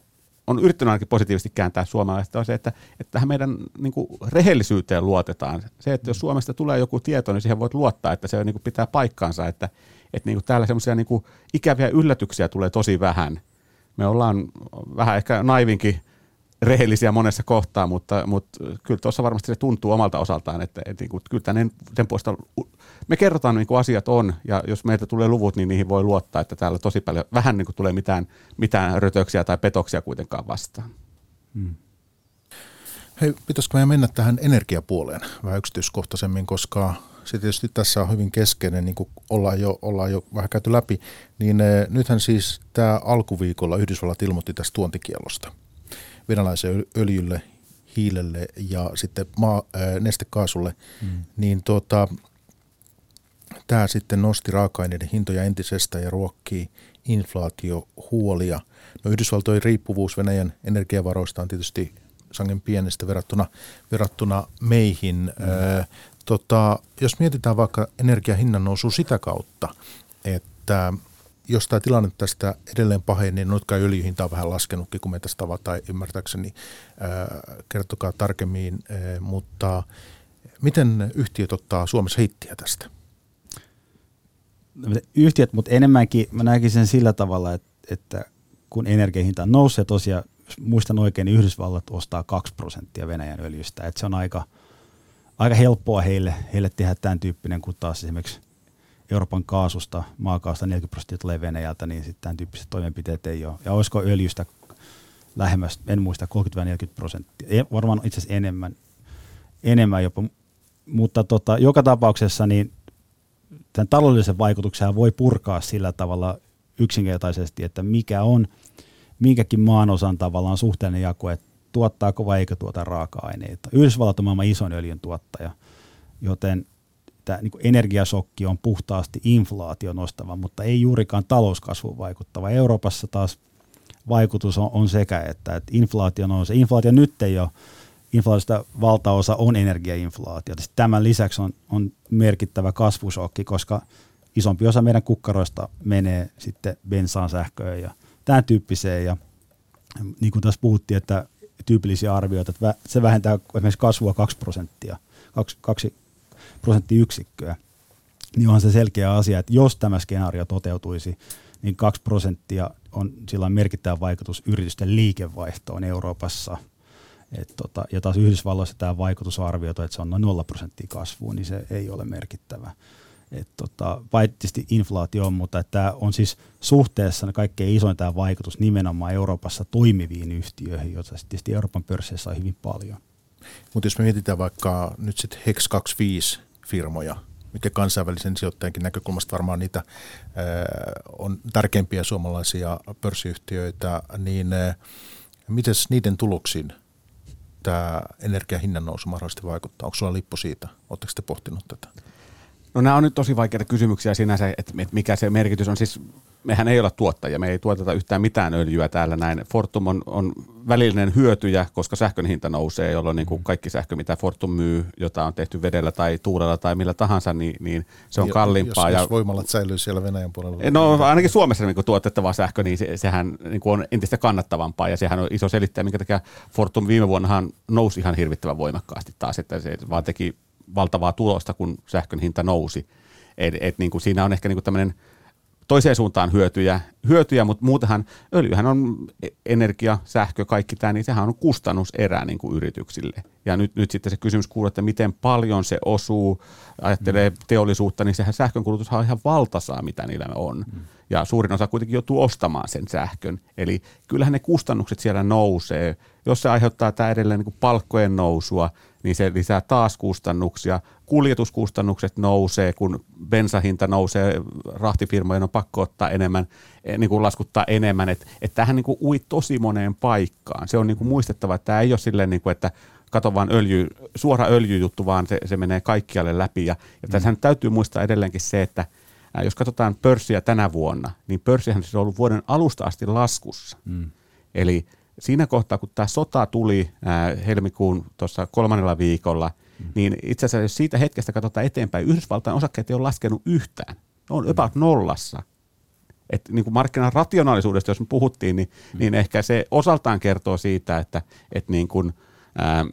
on yrittänyt ainakin positiivisesti kääntää suomalaista, on se, että, että tähän meidän niin kuin rehellisyyteen luotetaan. Se, että jos Suomesta tulee joku tieto, niin siihen voit luottaa, että se niin kuin pitää paikkaansa, että, että niin kuin täällä semmoisia niin kuin ikäviä yllätyksiä tulee tosi vähän. Me ollaan vähän ehkä naivinkin rehellisiä monessa kohtaa, mutta, mutta kyllä tuossa varmasti se tuntuu omalta osaltaan, että, että, että kyllä tämän, tämän puolesta me kerrotaan niin kuin asiat on, ja jos meiltä tulee luvut, niin niihin voi luottaa, että täällä tosi paljon, vähän niin kuin tulee mitään, mitään rötöksiä tai petoksia kuitenkaan vastaan. Hmm. Hei, pitäisikö meidän mennä tähän energiapuoleen vähän yksityiskohtaisemmin, koska se tietysti tässä on hyvin keskeinen, niin kuin ollaan jo, ollaan jo vähän käyty läpi, niin eh, nythän siis tämä alkuviikolla Yhdysvallat ilmoitti tästä tuontikielosta venäläiselle öljylle, hiilelle ja sitten maa, ää, nestekaasulle, mm. niin tuota, tämä sitten nosti raaka-aineiden hintoja entisestä ja ruokkii inflaatiohuolia. No Yhdysvaltojen riippuvuus Venäjän energiavaroista on tietysti sangen pienestä verrattuna, verrattuna meihin. Mm. Ää, tota, jos mietitään vaikka energiahinnan nousu sitä kautta, että jos tämä tilanne tästä edelleen pahenee, niin noitkaan öljyhinta on vähän laskenutkin, kun me tästä tavataan ymmärtääkseni. Ää, kertokaa tarkemmin, ää, mutta miten yhtiöt ottaa Suomessa heittiä tästä? Yhtiöt, mutta enemmänkin mä näkisin sen sillä tavalla, että, että kun energiahinta on noussut, ja tosiaan, jos muistan oikein, niin Yhdysvallat ostaa kaksi prosenttia Venäjän öljystä. Että se on aika, aika helppoa heille, heille tehdä tämän tyyppinen, kun taas esimerkiksi Euroopan kaasusta, maakaasusta neljäkymmentä prosenttia tulee Venäjältä, niin sitten tämän tyyppiset toimenpiteet ei ole. Ja olisiko öljystä lähemmäs, en muista, kolmekymmentä neljäkymmentä prosenttia. Ei, varmaan itse asiassa enemmän, enemmän jopa. Mutta tota, joka tapauksessa niin tämän taloudellisen vaikutuksen voi purkaa sillä tavalla yksinkertaisesti, että mikä on minkäkin maanosan tavallaan suhteellinen jako, että tuottaako vai eikö tuota raaka-aineita. Yhdysvallat on maailman isoin öljyn tuottaja, joten tämä niin kuin energiasokki on puhtaasti inflaation nostava, mutta ei juurikaan talouskasvuun vaikuttava. Euroopassa taas vaikutus on, on sekä, että, että inflaatio on se. Inflaatio nyt ei ole, inflaatiosta valtaosa on energiainflaatio. Tämän lisäksi on, on merkittävä kasvusokki, koska isompi osa meidän kukkaroista menee sitten bensaan, sähköön ja tämän tyyppiseen. Ja niin kuin tässä puhuttiin, että tyypillisiä arvioita, että se vähentää esimerkiksi kasvua kaksi prosenttia, kaksi, kaksi prosenttiyksikköä, niin on se selkeä asia, että jos tämä skenaario toteutuisi, niin kaksi prosenttia on sillä on merkittävä vaikutus yritysten liikevaihtoon Euroopassa. Et tota, ja taas Yhdysvalloissa tämä vaikutus on arvioitu, että se on noin nolla prosenttia kasvua, niin se ei ole merkittävä. Et tota, tietysti inflaatio on, mutta tämä on siis suhteessa kaikkein isoin tämä vaikutus nimenomaan Euroopassa toimiviin yhtiöihin, joita tietysti Euroopan pörsseissä on hyvin paljon. Mutta jos me mietitään vaikka nyt sitten Hex kaksikymmentäviisi-firmoja, mikä kansainvälisen sijoittajankin näkökulmasta varmaan niitä ää, on tärkeimpiä suomalaisia pörssiyhtiöitä, niin ää, miten niiden tuloksiin tämä energiahinnan nousu mahdollisesti vaikuttaa? Onko sulla lippu siitä? Oletteko te pohtinut tätä? No nämä on nyt tosi vaikeita kysymyksiä sinänsä, että mikä se merkitys on. Siis mehän ei olla tuottajia, me ei tuoteta yhtään mitään öljyä täällä näin. Fortum on, on välillinen hyötyjä, koska sähkön hinta nousee, jolloin niin kuin kaikki sähkö, mitä Fortum myy, jota on tehty vedellä tai tuulella tai millä tahansa, niin, niin se on kalliimpaa. Jos, ja jos voimalat säilyy siellä Venäjän puolella. No ainakin Suomessa niin kuin tuotettava sähkö, niin se, sehän niin kuin on entistä kannattavampaa ja sehän on iso selittäjä, minkä takia Fortum viime vuonnahan nousi ihan hirvittävän voimakkaasti taas, että se vaan teki valtavaa tulosta, kun sähkön hinta nousi. Et, et niin kuin siinä on ehkä niin kuin tämmöinen toiseen suuntaan hyötyjä, hyötyjä, mutta muutenhan öljyhän on energia, sähkö, kaikki tämä, niin sehän on kustannuserä niin kuin yrityksille. Ja nyt, nyt sitten se kysymys kuuluu, että miten paljon se osuu, ajattelee mm. teollisuutta, niin sehän sähkönkulutushan on ihan valtasaa, mitä niillä on. Mm. Ja suurin osa kuitenkin joutuu ostamaan sen sähkön. Eli kyllähän ne kustannukset siellä nousee. Jos se aiheuttaa tämä edelleen niin kuin palkkojen nousua, niin se lisää taas kustannuksia. Kuljetuskustannukset nousee, kun bensahinta nousee, rahtifirmojen on pakko ottaa enemmän, niin kuin laskuttaa enemmän. Että et tämähän niin kuin ui tosi moneen paikkaan. Se on niin kuin muistettava, että tämä ei ole silleen, niin kuin, että kato vaan öljy, suora öljyjuttu, vaan se, se menee kaikkialle läpi. Ja, ja tässähän täytyy muistaa edelleenkin se, että jos katsotaan pörssiä tänä vuonna, niin pörssihän on ollut vuoden alusta asti laskussa. Mm. Eli siinä kohtaa, kun tämä sota tuli ää, helmikuun tuossa kolmannella viikolla, mm. niin itse asiassa jos siitä hetkestä katsotaan eteenpäin, Yhdysvaltain osakkeet ei ole laskenut yhtään. Ne on about nollassa. Että niin kuin markkinan rationaalisuudesta, jos me puhuttiin, niin, mm. niin ehkä se osaltaan kertoo siitä, että, että niin kuin, ää,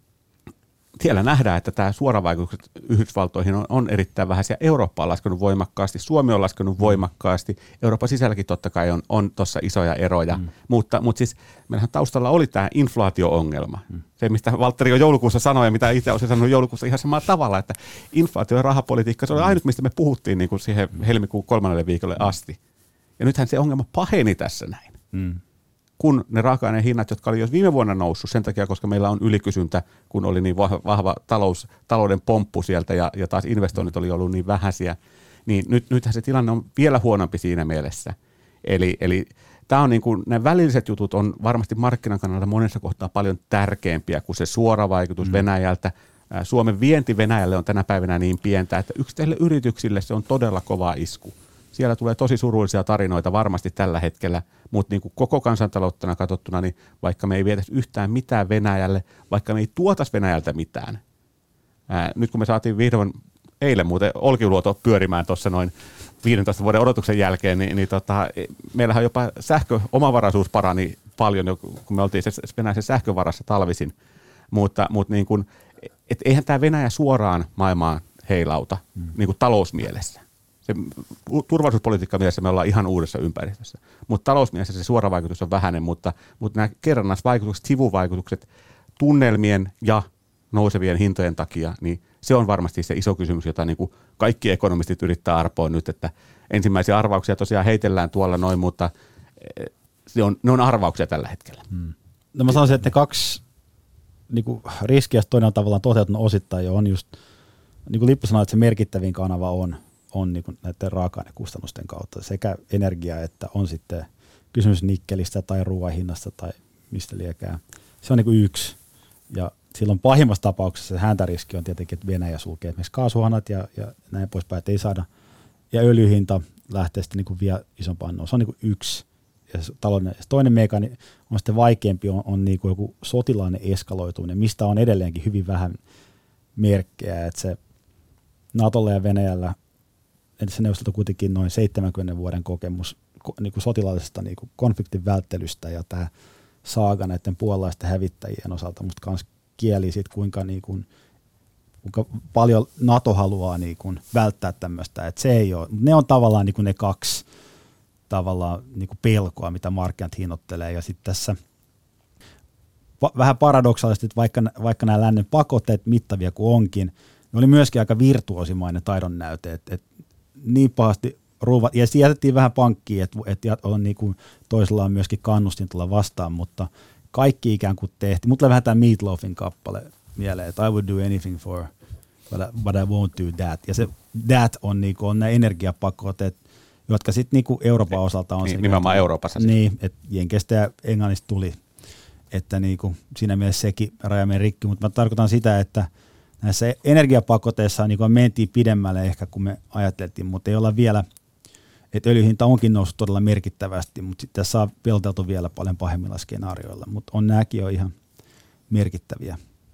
siellä nähdään, että tämä suoravaikutukset Yhdysvaltoihin on, on erittäin vähäisiä. Eurooppa on laskenut voimakkaasti, Suomi on laskenut mm. voimakkaasti, Euroopan sisälläkin totta kai on, on tuossa isoja eroja, mm. mutta, mutta siis meillähän taustalla oli tämä inflaatio-ongelma. Mm. Se, mistä Valtteri jo joulukuussa sanoi ja mitä itse olisin sanonut joulukuussa ihan samalla tavalla, että inflaatio- ja rahapolitiikka, se oli ainut, mistä me puhuttiin niin kuin siihen helmikuun kolmannelle viikolle asti. Ja nythän se ongelma paheni tässä näin. Mm. Kun ne raaka-aineen hinnat, jotka oli jo viime vuonna noussut sen takia, koska meillä on ylikysyntä, kun oli niin vahva, vahva talous, talouden pomppu sieltä ja, ja taas investoinnit oli ollut niin vähäisiä, niin nyt, nythän se tilanne on vielä huonompi siinä mielessä. Eli, eli tämä on niin kuin, nämä välilliset jutut on varmasti markkinan kannalta monessa kohtaa paljon tärkeämpiä kuin se suora vaikutus mm. Venäjältä. Suomen vienti Venäjälle on tänä päivänä niin pientä, että yksittäisille yrityksille se on todella kova isku. Siellä tulee tosi surullisia tarinoita varmasti tällä hetkellä, mutta niin kuin koko kansantaloutena katsottuna, niin vaikka me ei vietäisi yhtään mitään Venäjälle, vaikka me ei tuotaisi Venäjältä mitään. Ää, nyt kun me saatiin vihdoin eilen muuten Olkiluoto pyörimään tuossa noin viidentoista vuoden odotuksen jälkeen, niin, niin tota, meillähän jopa sähköomavaraisuus parani paljon, kun me oltiin se Venäjän sähkövarassa talvisin, mutta, mutta niin kuin, et eihän tämä Venäjä suoraan maailmaan heilauta mm. niin kuin talousmielessä. Se turvallisuuspolitiikka mielessä me ollaan ihan uudessa ympäristössä, mutta talousmielessä se suora vaikutus on vähäinen, mutta, mutta nämä kerrannaisvaikutukset, sivuvaikutukset tunnelmien ja nousevien hintojen takia, niin se on varmasti se iso kysymys, jota niin kuin kaikki ekonomistit yrittää arpoa nyt, että ensimmäisiä arvauksia tosiaan heitellään tuolla noin, mutta se on, ne on arvauksia tällä hetkellä. Hmm. No mä sanoisin, että ne kaksi niin kuin riskiä, toinen on tavallaan toteutunut osittain jo on just, niin kuin Lippo sanoi, että se merkittävin kanava on, on niin kuin näiden raaka-ainekustannusten kautta sekä energia, että on sitten kysymys nikkelistä tai ruoan hinnasta tai mistä liekään. Se on niin kuin yksi. Ja silloin pahimmassa tapauksessa se häntäriski on tietenkin, että Venäjä sulkee esimerkiksi kaasuhanat ja, ja näin poispäin, että ei saada. Ja öljyhinta lähtee sitten niin kuin vielä isompaan nousuun. Se on niin kuin yksi. Ja talouden, toinen mekani on sitten vaikeampi, on, on niin kuin joku sotilainen eskaloituminen, mistä on edelleenkin hyvin vähän merkkejä, että se Natolla ja Venäjällä, entisen neuvostolta kuitenkin noin seitsemänkymmenen vuoden kokemus niin kuin sotilaallisesta niin kuin konfliktin välttelystä ja tämä saaga näiden puolalaisten hävittäjien osalta musta kans kieli siitä, kuinka, niin kuin, kuinka paljon NATO haluaa niin kuin välttää tämmöistä, että se ei ole, ne on tavallaan niin kuin ne kaksi tavallaan niin kuin pelkoa, mitä markkinat hinnoittelee, ja sitten tässä va- vähän paradoksaalisesti, että vaikka, vaikka nämä lännen pakotteet mittavia kuin onkin, ne oli myöskin aika virtuosimainen taidon näyte, että et niin pahasti ruuvat, ja sitten jätettiin vähän pankkiin, että et on niin kuin toisella on myöskin kannustin tulla vastaan, mutta kaikki ikään kuin tehtiin. Mut tulee vähän tämä Meatloafin kappale mieleen, että I would do anything for, but I, but I won't do that. Ja se that on, niin kuin, on nämä energiapakotteet, jotka sitten niin kuin Euroopan osalta on... Niin, se, nimenomaan että, Euroopassa. Niin, että Jenkeistä ja Englannista tuli, että niin kuin siinä mielessä sekin rajamme rikki, mutta mä tarkoitan sitä, että näissä energiapakoteissa niin mentiin pidemmälle ehkä kuin me ajateltiin, mutta ei olla vielä, että öljyhinta onkin noussut todella merkittävästi, mutta sitten tässä on pelteltu vielä paljon pahemmilla skenaarioilla, mutta on nämäkin jo ihan merkittäviä.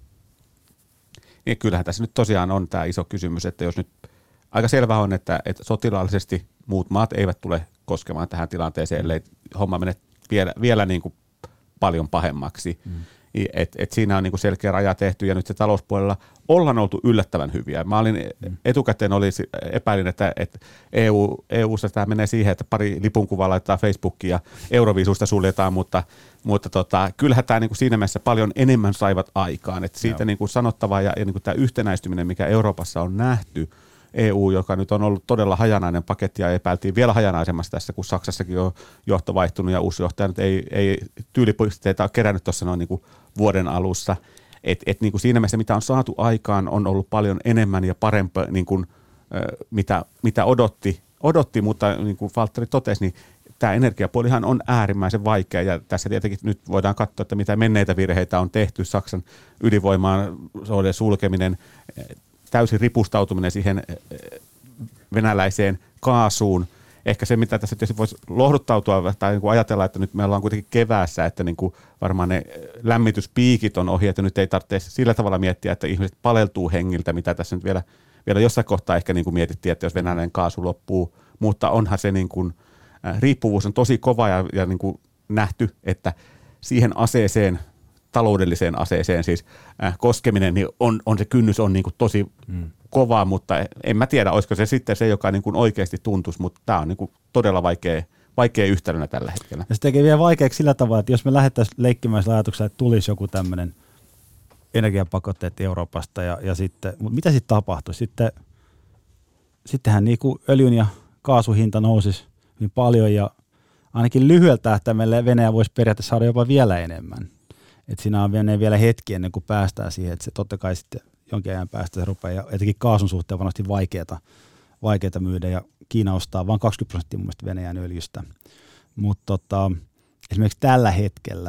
Niin kyllähän tässä nyt tosiaan on tämä iso kysymys, että jos nyt aika selvä on, että, että sotilaallisesti muut maat eivät tule koskemaan tähän tilanteeseen, ellei homma mene vielä, vielä niin kuin paljon pahemmaksi. Mm. Et, et siinä on niinku selkeä raja tehty ja nyt se talouspuolella ollaan oltu yllättävän hyviä. Mä olin etukäteen oli, epäilin, että et E U, E U:ssa tämä menee siihen, että pari lipunkuvaa laitetaan Facebookiin ja Euroviisusta suljetaan, mutta, mutta tota, kyllähän tämä niinku siinä mielessä paljon enemmän saivat aikaan. Et siitä niinku sanottavaa ja, ja niinku tämä yhtenäistyminen, mikä Euroopassa on nähty, E U, joka nyt on ollut todella hajanainen paketti ja epäiltiin vielä hajanaisemmassa tässä, kun Saksassakin on johto vaihtunut ja uusi johtaja nyt ei, ei tyylipisteitä ole kerännyt tuossa noin niin kuin vuoden alussa. Et, et niin kuin siinä mielessä, mitä on saatu aikaan, on ollut paljon enemmän ja parempi, niin kuin, mitä, mitä odotti, odotti, mutta niin kuin Valtteri totesi, niin tämä energiapuolihan on äärimmäisen vaikea ja tässä tietenkin nyt voidaan katsoa, että mitä menneitä virheitä on tehty, Saksan ydinvoimaan sulkeminen, täysin ripustautuminen siihen venäläiseen kaasuun. Ehkä se, mitä tässä tietysti voisi lohduttautua tai niin kuin ajatella, että nyt me ollaan kuitenkin keväässä, että niin kuin varmaan ne lämmityspiikit on ohi, että nyt ei tarvitse sillä tavalla miettiä, että ihmiset paleltuu hengiltä, mitä tässä nyt vielä, vielä jossain kohtaa ehkä niin kuin mietittiin, että jos venäläinen kaasu loppuu, mutta onhan se niin kuin, riippuvuus on tosi kova ja, ja niin kuin nähty, että siihen aseeseen, taloudelliseen aseeseen siis äh, koskeminen, niin on, on se kynnys on niin kuin tosi mm. kova, mutta en mä tiedä, olisiko se sitten se, joka niin kuin oikeasti tuntuisi, mutta tämä on niin kuin todella vaikea, vaikea yhtälönä tällä hetkellä. Ja se tekee vielä vaikeaksi sillä tavalla, että jos me lähdettäisiin leikkimään sillä ajatuksella, että tulisi joku tämmöinen energiapakotteet Euroopasta ja, ja sitten, mutta mitä sitten tapahtuisi? Sitten, sittenhän niin kuin öljyn ja kaasuhinta nousisi hyvin paljon ja ainakin lyhyellä tähtäimellä Venäjä voisi periaatteessa saada jopa vielä enemmän. Et siinä on vielä hetki ennen kuin päästään siihen, että se totta kai sitten jonkin ajan päästä se rupeaa, ja etenkin kaasun suhteen on varmasti vaikeaa, vaikeaa myydä, ja Kiina ostaa vain kaksikymmentä prosenttia mun mielestä Venäjän öljystä. Mutta tota, esimerkiksi tällä hetkellä,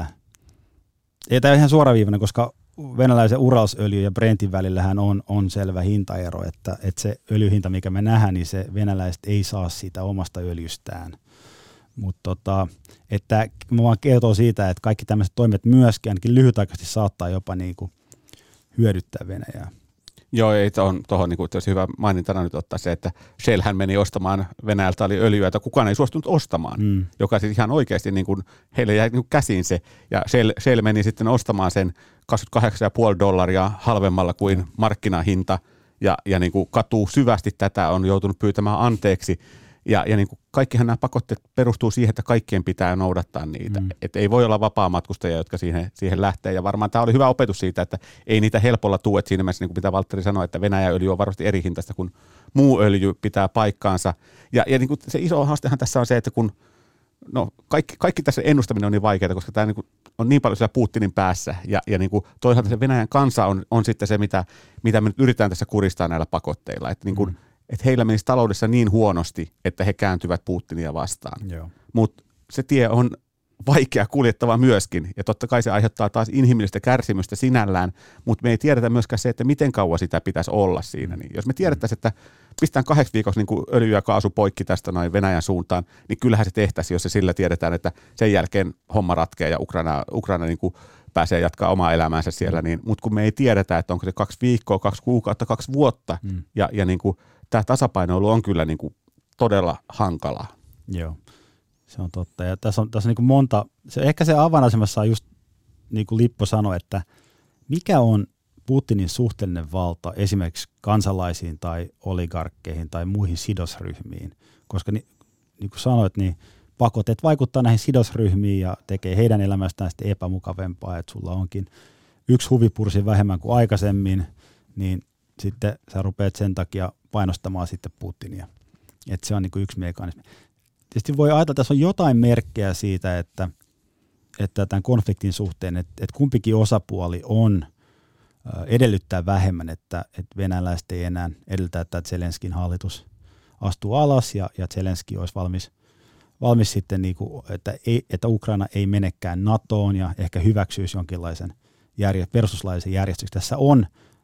ei tämä ole ihan suoraviivainen, koska venäläisen Uralsöljy ja Brentin välillähän on, on selvä hintaero, että, että se öljyhinta, mikä me nähdään, niin se venäläiset ei saa siitä omasta öljystään. Mutta tota, että mä vaan kertoo siitä, että kaikki tämmöiset toimet myöskin ainakin lyhytaikaisesti saattaa jopa niinku hyödyttää Venäjää. Joo, ei on tuohon niin tosi hyvä mainintana nyt ottaa se, että Shellhän meni ostamaan Venäjältä oli öljyä, jota kukaan ei suostunut ostamaan, mm. joka siis ihan oikeasti niin kuin, heille jäi niin kuin käsiin se, ja Shell, Shell meni sitten ostamaan sen kaksikymmentäkahdeksan pilkku viisi dollaria halvemmalla kuin mm. markkinahinta, ja, ja niin kuin katuu syvästi tätä, on joutunut pyytämään anteeksi, ja, ja niin kuin kaikkihan nämä pakotteet perustuu siihen, että kaikkien pitää noudattaa niitä. Mm. Että ei voi olla vapaamatkustajia, jotka siihen, siihen lähtee. Ja varmaan tämä oli hyvä opetus siitä, että ei niitä helpolla tule. Että siinä mielessä, niin kuin mitä Valtteri sanoi, että Venäjän öljy on varmasti eri hintaista kuin muu öljy pitää paikkaansa. Ja, ja niin kuin se iso haastehan tässä on se, että kun no, kaikki, kaikki tässä ennustaminen on niin vaikeaa, koska tämä niin kuin on niin paljon siellä Putinin päässä. Ja, ja niin kuin toisaalta se Venäjän kansa on, on sitten se, mitä, mitä me nyt yritetään tässä kuristaa näillä pakotteilla. Että niin kuin, mm. että heillä menisi taloudessa niin huonosti, että he kääntyvät Putinia vastaan. Mutta se tie on vaikea kuljettava myöskin, ja totta kai se aiheuttaa taas inhimillistä kärsimystä sinällään, mutta me ei tiedetä myöskään se, että miten kauan sitä pitäisi olla siinä. Niin jos me tiedettäisiin, että pistetään kahdeksi viikoksi niin öljy ja kaasu poikki tästä noin Venäjän suuntaan, niin kyllähän se tehtäisiin, jos se sillä tiedetään, että sen jälkeen homma ratkeaa ja Ukraina, Ukraina niin kuin pääsee jatkaa omaa elämäänsä siellä, niin, mutta kun me ei tiedetä, että onko se kaksi viikkoa, kaksi kuukautta, kaksi vuotta, mm. ja, ja niin kuin tämä tasapainoilu on kyllä niin kuin todella hankalaa. Joo, se on totta. Ja tässä on, tässä on niin kuin monta, se, ehkä se avainasemassa on just niin kuin Lippo sanoi, että mikä on Putinin suhteellinen valta esimerkiksi kansalaisiin tai oligarkkeihin tai muihin sidosryhmiin, koska niin, niin kuin sanoit, niin pakotteet vaikuttaa näihin sidosryhmiin ja tekee heidän elämästään sitten epämukavempaa, että sulla onkin yksi huvipursi vähemmän kuin aikaisemmin, niin sitten sä rupeat sen takia painostamaan sitten Putinia. Että se on niin kuin yksi mekanismi. Tietysti voi ajatella, että tässä on jotain merkkejä siitä, että, että tämän konfliktin suhteen, että, että kumpikin osapuoli on edellyttää vähemmän, että, että venäläiset ei enää edellyttää, että Zelenskin hallitus astuu alas ja, ja Zelenski olisi valmis, valmis sitten, niin kuin, että, ei, että Ukraina ei menekään NATOon ja ehkä hyväksyisi jonkinlaisen järje, perustuslaillisen järjestyksen. Tässä on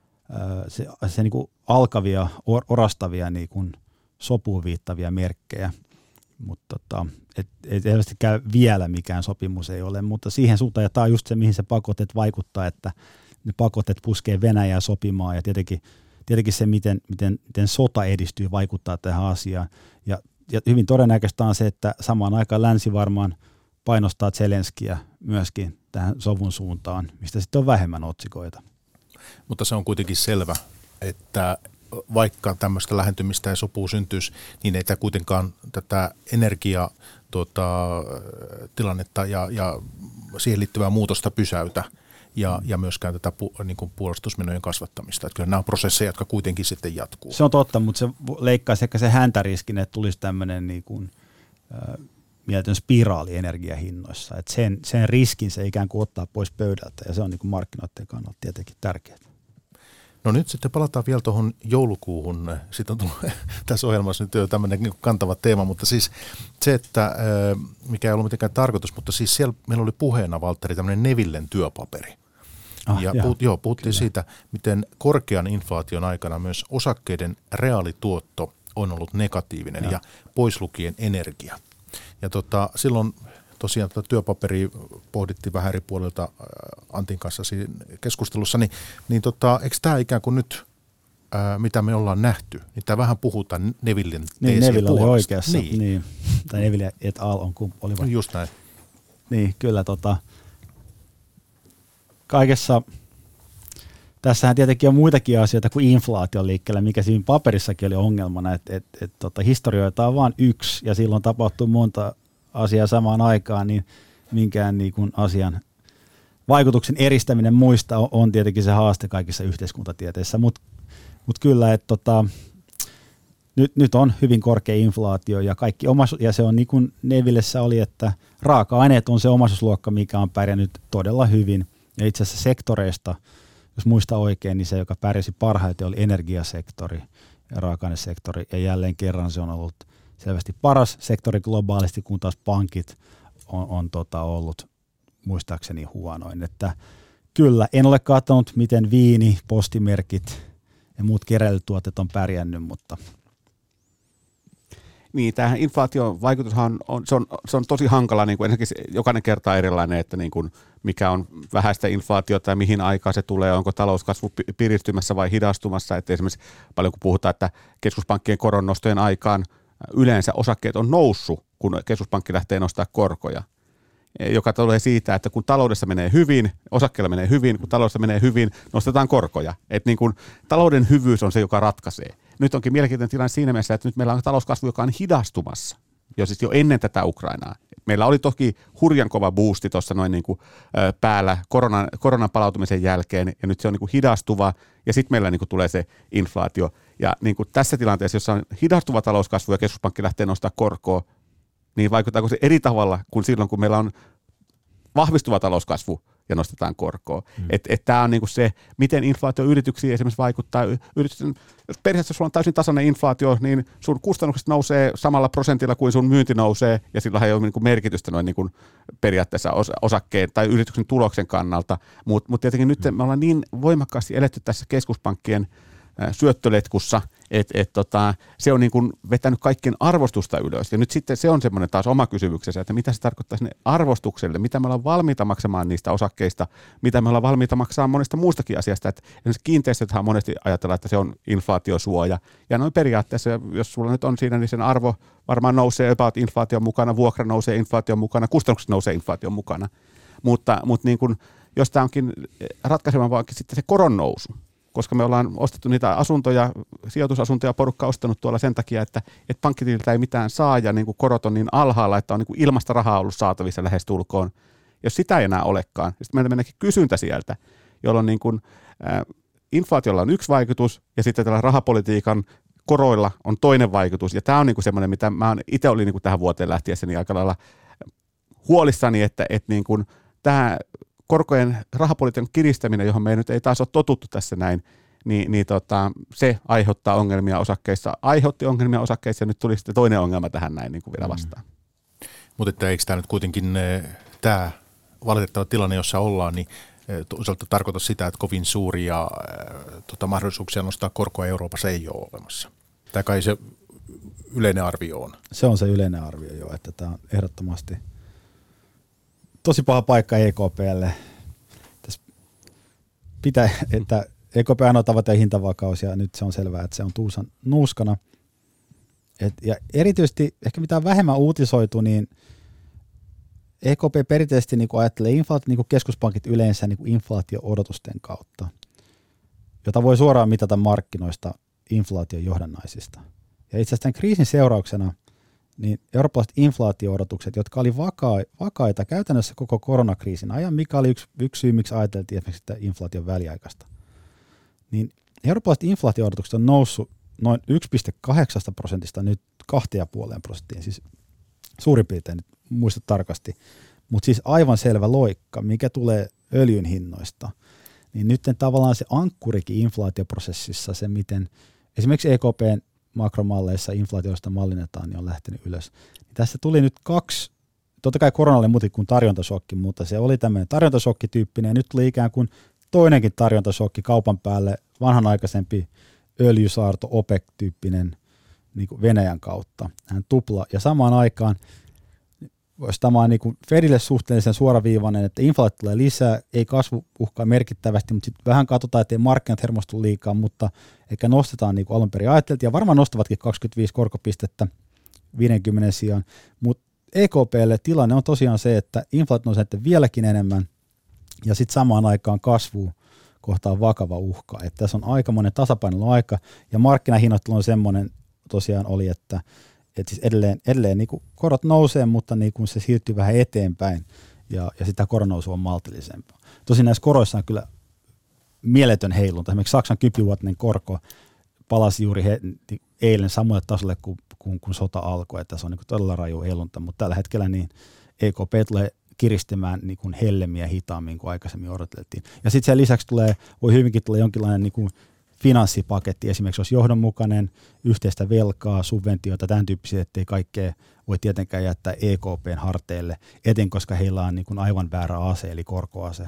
se, se niin kuin alkavia, or, orastavia niin kuin sopuun viittavia merkkejä, mutta tota, et, et tietysti käy vielä mikään sopimus ei ole, mutta siihen suuntaan, ja tämä on just se, mihin se pakotteet vaikuttaa, että ne pakotteet puskee Venäjää sopimaan, ja tietenkin, tietenkin se, miten, miten, miten sota edistyy, vaikuttaa tähän asiaan, ja, ja hyvin todennäköistä on se, että samaan aikaan länsi varmaan painostaa Zelenskiä myöskin tähän sovun suuntaan, mistä sitten on vähemmän otsikoita. Mutta se on kuitenkin selvä, että vaikka tämmöistä lähentymistä ja sopua syntyisi, niin ei tämä kuitenkaan tätä energia tuota, tilannetta ja, ja siihen liittyvää muutosta pysäytä ja, ja myöskään tätä pu, niin kuin puolustusmenojen kasvattamista. Että kyllä nämä on prosesseja, jotka kuitenkin sitten jatkuu. Se on totta, mutta se leikkaisi ehkä se häntäriskin, että tulisi tämmöinen niin kuin, äh, mieletön spiraali energiahinnoissa. Että sen, sen riskin se ikään kuin ottaa pois pöydältä, ja se on niin kuin markkinoiden kannalta tietenkin tärkeää. No nyt sitten palataan vielä tuohon joulukuuhun. Sitten on tullut tässä ohjelmassa nyt jo tämmöinen kantava teema, mutta siis se, että mikä ei ollut mitenkään tarkoitus, mutta siis siellä meillä oli puheena, Valtteri, tämmöinen Nevillen työpaperi. Ah, ja puhut, joo, puhuttiin kyllä siitä, miten korkean inflaation aikana myös osakkeiden reaalituotto on ollut negatiivinen ja, ja pois lukien energia. Ja tota, silloin tosiaan tätä työpaperia pohdittiin vähän eri puolilta Antin kanssa siinä keskustelussa, niin, niin tota, eikö tämä ikään kuin nyt, ää, mitä me ollaan nähty, niin tämä vähän puhutaan Nevillen niin, Neville oli oikeassa. Niin. Niin. tai Neville et al. On kump, olivat. Just näin. Niin, kyllä tota, kaikessa, tässähän tietenkin on muitakin asioita kuin inflaation liikkeellä, mikä siinä paperissakin oli ongelmana, että et, et, tota, historioita on vain yksi ja silloin tapahtuu monta asiaa samaan aikaan, niin minkään niin kuin asian vaikutuksen eristäminen muista on, on tietenkin se haaste kaikissa yhteiskuntatieteissä, mutta mut kyllä, että tota, nyt, nyt on hyvin korkea inflaatio ja kaikki omaisuus, ja se on niin kuin Nevillessä oli, että raaka-aineet on se omaisuusluokka, mikä on pärjännyt todella hyvin, ja itse asiassa sektoreista, jos muista oikein, niin se, joka pärjäsi parhaiten, oli energiasektori ja raaka-ainesektori, ja jälleen kerran se on ollut selvästi paras sektori globaalisti, kun taas pankit on, on tota ollut muistaakseni huonoin. Että kyllä, en ole katsonut, miten viini, postimerkit ja muut keräilytuotteet on pärjännyt, mutta niin, tämähän inflaation vaikutushan on, on, se on, se on tosi hankala, niin kuin ensinnäkin jokainen kerta erilainen, että niin kuin mikä on vähäistä inflaatiota ja mihin aikaan se tulee, onko talouskasvu piristymässä vai hidastumassa, että esimerkiksi paljon kun puhutaan, että keskuspankkien koronnostojen aikaan yleensä osakkeet on noussut, kun keskuspankki lähtee nostaa korkoja, joka tulee siitä, että kun taloudessa menee hyvin, osakkeilla menee hyvin, kun taloudessa menee hyvin, nostetaan korkoja. Että niin kuin talouden hyvyys on se, joka ratkaisee. Nyt onkin mielenkiintoinen tilanne siinä mielessä, että nyt meillä on talouskasvu, joka on hidastumassa, jo siis jo ennen tätä Ukrainaa. Meillä oli toki hurjan kova boosti tuossa noin niin kuin päällä koronan, koronan palautumisen jälkeen, ja nyt se on niin kuin hidastuva, ja sitten meillä niin kuin tulee se inflaatio. Ja niin kuin tässä tilanteessa, jossa on hidastuva talouskasvu ja keskuspankki lähtee nostaa korkoa, niin vaikuttaako se eri tavalla kuin silloin, kun meillä on vahvistuva talouskasvu ja nostetaan korkoa. Mm. Että et tämä on niinku se, miten inflaatio yrityksiin esimerkiksi vaikuttaa. Yritysten, jos periaatteessa sulla on täysin tasainen inflaatio, niin sun kustannukset nousee samalla prosentilla kuin sun myynti nousee, ja silloinhan ei ole niinku merkitystä noin niinku periaatteessa os, osakkeen tai yrityksen tuloksen kannalta. Mutta mut tietenkin nyt me ollaan niin voimakkaasti eletty tässä keskuspankkien syöttöletkussa, että et tota, se on niin kuin vetänyt kaikkien arvostusta ylös. Ja nyt sitten se on semmoinen taas oma kysymyksensä, että mitä se tarkoittaa sinne arvostukselle, mitä me ollaan valmiita maksamaan niistä osakkeista, mitä me ollaan valmiita maksamaan monesta muustakin asiasta. Että esimerkiksi kiinteistöthän monesti ajatellaan, että se on inflaatiosuoja. Ja noin periaatteessa, jos sulla nyt on siinä, niin sen arvo varmaan nousee about inflaation mukana, vuokra nousee inflaation mukana, kustannukset nousee inflaation mukana. Mutta, mutta niin kuin, jos tämä onkin ratkaisemaan vaikka sitten se koron nousu, koska me ollaan ostettu niitä asuntoja, sijoitusasuntoja porukka ostanut tuolla sen takia, että, että pankkitililtä ei mitään saa ja niin kuin korot on niin alhaalla, että on niin kuin ilmasta rahaa ollut saatavissa lähes tulkoon. Jos sitä ei enää olekaan, niin sitten meiltä meneekin kysyntä sieltä, jolloin niin kuin, äh, inflaatiolla on yksi vaikutus ja sitten tällä rahapolitiikan koroilla on toinen vaikutus. Ja tämä on niin kuin semmoinen, mitä mä itse olin niin kuin tähän vuoteen lähtiessäni aika lailla huolissani, että, että niin kuin tämä korkojen rahapolitiikan kiristäminen, johon me nyt ei taas ole totuttu tässä näin, niin, niin tota, se aiheuttaa ongelmia osakkeissa. Aiheutti ongelmia osakkeissa ja nyt tuli sitten toinen ongelma tähän näin niin kuin vielä vastaan. Mm. Mutta eikö tämä nyt kuitenkin tämä valitettava tilanne, jossa ollaan, niin toisaalta tarkoita sitä, että kovin suuria äh, tota, mahdollisuuksia nostaa korkoa Euroopassa ei ole olemassa. Tämä kai se yleinen arvio on. Se on se yleinen arvio jo, että tämä on ehdottomasti tosi paha paikka E K P:lle. Tässä pitää, että E K P on tavoite hintavakaus ja nyt se on selvää, että se on tuusan nuuskana. Et, ja erityisesti ehkä mitä on vähemmän uutisoitu, niin E K P perinteisesti niin ajattelee inflaatio, niin keskuspankit yleensä niin inflaatio-odotusten kautta, jota voi suoraan mitata markkinoista inflaation johdannaisista. Ja itse asiassa tämän kriisin seurauksena niin eurooppalaiset inflaatio-odotukset, jotka oli vaka- vakaita käytännössä koko koronakriisin ajan, mikä oli yksi, yksi syy, miksi ajateltiin esimerkiksi sitä inflaation väliaikaista, niin eurooppalaiset inflaatio-odotukset on noussut noin yksi pilkku kahdeksan prosentista nyt kaksi pilkku viisi prosenttiin, siis suurin piirtein, nyt muista tarkasti, mutta siis aivan selvä loikka, mikä tulee öljyn hinnoista, niin nyt tavallaan se ankkurikin inflaatioprosessissa, se miten esimerkiksi E K P:n makromalleissa inflaatiosta mallinnetaan, niin on lähtenyt ylös. Tässä tuli nyt kaksi, totta kai korona oli muutin kuin tarjontasokki, mutta se oli tämmöinen tarjontasokkityyppinen, ja nyt tuli ikään kuin toinenkin tarjontasokki kaupan päälle, vanhanaikaisempi öljysaarto, OPEC-tyyppinen niin kuin Venäjän kautta, hän tupla, ja samaan aikaan jos tämä on niin kuin Fedille suhteellisen suoraviivainen, että inflaatio tulee lisää, ei kasvu uhkaa merkittävästi, mutta sitten vähän katsotaan, ettei markkinat hermostu liikaa, mutta ehkä nostetaan niin kuin alun perin ajateltiin, ja varmaan nostavatkin kaksikymmentäviisi korkopistettä viidenkymmenen sijaan. Mutta E K P:lle tilanne on tosiaan se, että inflaatio on sitten vieläkin enemmän ja sitten samaan aikaan kasvu kohtaa vakava uhka. Että tässä on aikamoinen tasapainoiluaika ja markkinahinnoittelu on semmoinen tosiaan oli, että, että siis edelleen, edelleen niin kuin korot nousee, mutta niin kuin se siirtyy vähän eteenpäin ja, ja sitä koronousu on maltillisempaa. Tosin näissä koroissa on kyllä mieletön heilunta. Esimerkiksi Saksan kymppivuotinen korko palasi juuri he, eilen samalle tasolle kuin, kuin, kuin sota alkoi, että se on niin kuin todella raju heilunta, mutta tällä hetkellä niin E K P tulee kiristämään niin kuin hellemmin ja hitaammin kuin aikaisemmin odoteltiin. Ja sitten sen lisäksi tulee, voi hyvinkin tulla jonkinlainen niin kuin finanssipaketti, esimerkiksi jos johdonmukainen, yhteistä velkaa, subventioita, tämän tyyppisiä, ettei kaikkea voi tietenkään jättää E K P:n harteille, eten koska heillä on niin kuin aivan väärä ase, eli korkoase.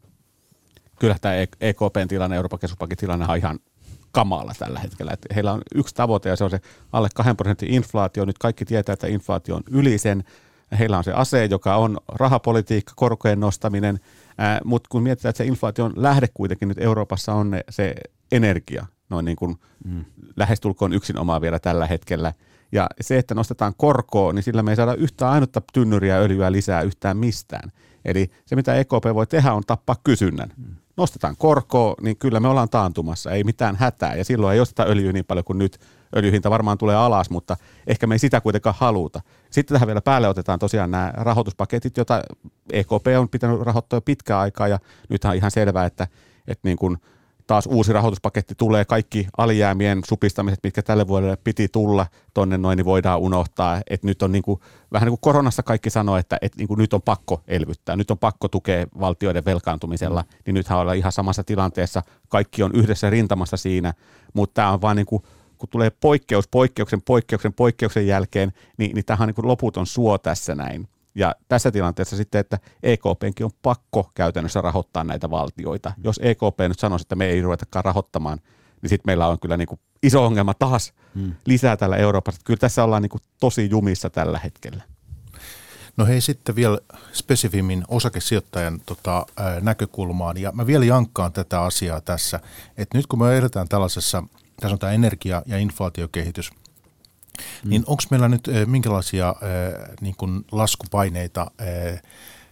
Kyllä tämä E K P:n tilanne, Euroopan keskuspankin tilanne on ihan kamala tällä hetkellä. Että heillä on yksi tavoite ja se on se alle kahden prosentin inflaatio. Nyt kaikki tietää, että inflaatio on yli sen. Heillä on se ase, joka on rahapolitiikka, korkojen nostaminen, ää, mutta kun mietitään, että se inflaation lähde kuitenkin nyt Euroopassa on ne, se energia, noin niin kuin mm. lähestulkoon yksinomaan vielä tällä hetkellä. Ja se, että nostetaan korkoa, niin sillä me ei saada yhtään ainutta tynnyriä öljyä lisää yhtään mistään. Eli se, mitä E K P voi tehdä, on tappaa kysynnän. Mm. Nostetaan korkoa, niin kyllä me ollaan taantumassa, ei mitään hätää. Ja silloin ei osteta öljyä niin paljon kuin nyt. Öljyhinta varmaan tulee alas, mutta ehkä me ei sitä kuitenkaan haluta. Sitten tähän vielä päälle otetaan tosiaan nämä rahoituspaketit, joita E K P on pitänyt rahoittaa jo pitkään aikaa. Ja nythän on ihan selvää, että, että niin kuin taas uusi rahoituspaketti tulee, kaikki alijäämien supistamiset, mitkä tälle vuodelle piti tulla tonne noin, niin voidaan unohtaa. Että nyt on niin kuin, vähän niin kuin koronassa kaikki sanoo, että, että niin kuin nyt on pakko elvyttää, nyt on pakko tukea valtioiden velkaantumisella, mm. niin nythän ollaan ihan samassa tilanteessa, kaikki on yhdessä rintamassa siinä, mutta tämä on vaan niin kuin, kun tulee poikkeus, poikkeuksen, poikkeuksen, poikkeuksen jälkeen, niin, niin tämähän on niin kuin loputon suo tässä näin. Ja tässä tilanteessa sitten, että E K P:nkin on pakko käytännössä rahoittaa näitä valtioita. Jos E K P nyt sanoisi, että me ei ruvetakaan rahoittamaan, niin sitten meillä on kyllä niin kuin iso ongelma taas hmm. lisää täällä Euroopassa. Kyllä tässä ollaan niin kuin tosi jumissa tällä hetkellä. No hei, sitten vielä spesifimmin osakesijoittajan tota, ää, näkökulmaan. Ja mä vielä jankkaan tätä asiaa tässä, että nyt kun me eletään tällaisessa, tässä on tämä energia- ja inflaatiokehitys, Mm. niin onko meillä nyt äh, minkälaisia äh, niin kuin laskupaineita äh,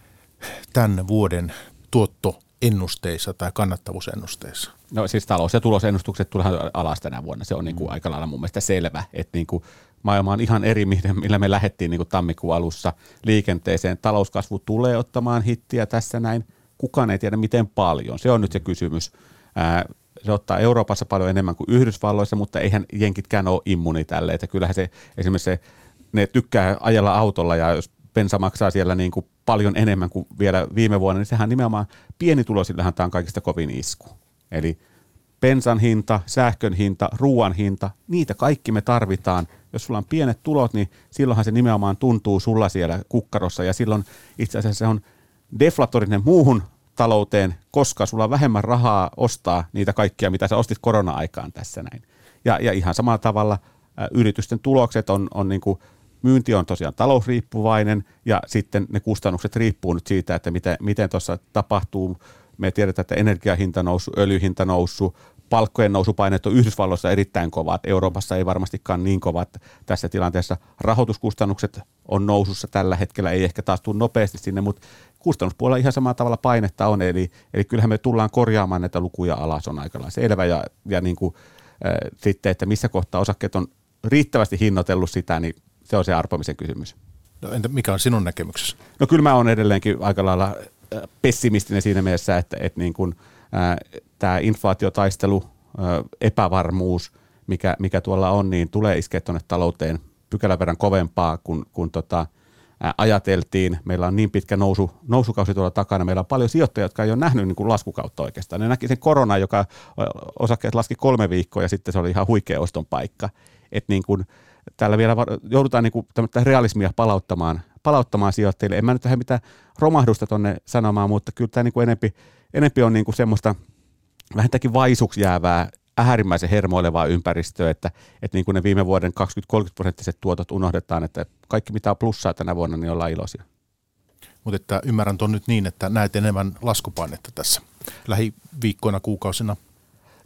tämän vuoden tuottoennusteissa tai kannattavuusennusteissa? No siis talous- ja tulosennustukset tulevat alas tänä vuonna. Se on niin kuin aika lailla mun mielestä selvä, että niin kuin maailma on ihan eri, millä me lähdettiin niin kuin tammikuun alussa liikenteeseen. Talouskasvu tulee ottamaan hittiä tässä näin. Kukaan ei tiedä miten paljon. Se on nyt se kysymys. Ää, Se ottaa Euroopassa paljon enemmän kuin Yhdysvalloissa, mutta eihän jenkitkään ole immuni tälle. Että kyllähän se esimerkiksi se, ne tykkää ajella autolla ja jos bensa maksaa siellä niin kuin paljon enemmän kuin vielä viime vuonna, niin sehän nimenomaan pienituloisillehan tämä on kaikista kovin isku. Eli bensan hinta, sähkön hinta, ruoan hinta, niitä kaikki me tarvitaan. Jos sulla on pienet tulot, niin silloinhan se nimenomaan tuntuu sulla siellä kukkarossa ja silloin itse asiassa se on deflatorinen muuhun talouteen, koska sulla on vähemmän rahaa ostaa niitä kaikkia, mitä sä ostit korona-aikaan tässä näin. Ja, ja ihan samalla tavalla ä, yritysten tulokset on, on niin kuin, myynti on tosiaan talousriippuvainen ja sitten ne kustannukset riippuu nyt siitä, että miten, miten tuossa tapahtuu. Me tiedetään, että energiahinta noussut, öljyhinta noussut, palkkojen nousupaineet on Yhdysvalloissa erittäin kovat, Euroopassa ei varmastikaan niin kovat tässä tilanteessa. Rahoituskustannukset on nousussa tällä hetkellä, ei ehkä taas tule nopeasti sinne, mutta kustannuspuolella ihan samalla tavalla painetta on, eli, eli kyllähän me tullaan korjaamaan näitä lukuja alas, on aika lailla selvä, ja, ja niin kuin, äh, sitten, että missä kohtaa osakkeet on riittävästi hinnoitellut sitä, niin se on se arpomisen kysymys. No entä mikä on sinun näkemyksesi? No kyllä mä oon edelleenkin aika lailla pessimistinen siinä mielessä, että, että niin kuin, äh, tämä inflaatiotaistelu, äh, epävarmuus, mikä, mikä tuolla on, niin tulee iskeä tuonne talouteen pykälän verran kovempaa kuin, kuin tota, ajateltiin. Meillä on niin pitkä nousu, nousukausi tuolla takana. Meillä on paljon sijoittajia, jotka ei ole nähnyt niin kuin laskukautta oikeastaan. Ne näki sen korona, joka osakkeet laski kolme viikkoa ja sitten se oli ihan huikea oston paikka. Että niin kuin, täällä vielä joudutaan niin kuin realismia palauttamaan, palauttamaan sijoittajille. En mä nyt tähän mitään romahdusta tuonne sanomaan, mutta kyllä tämä niin kuin enempi, enempi on niin kuin semmoista vähintäänkin vaisuksi jäävää äärimmäisen hermoilevaa ympäristöä, että, että niin kuin ne viime vuoden kaksikymmentä kolmekymmentä prosenttiset tuotot unohdetaan, että kaikki mitä on plussaa tänä vuonna, niin ollaan iloisia. Mutta että ymmärrän tuon nyt niin, että näet enemmän laskupainetta tässä lähiviikkoina, kuukausina.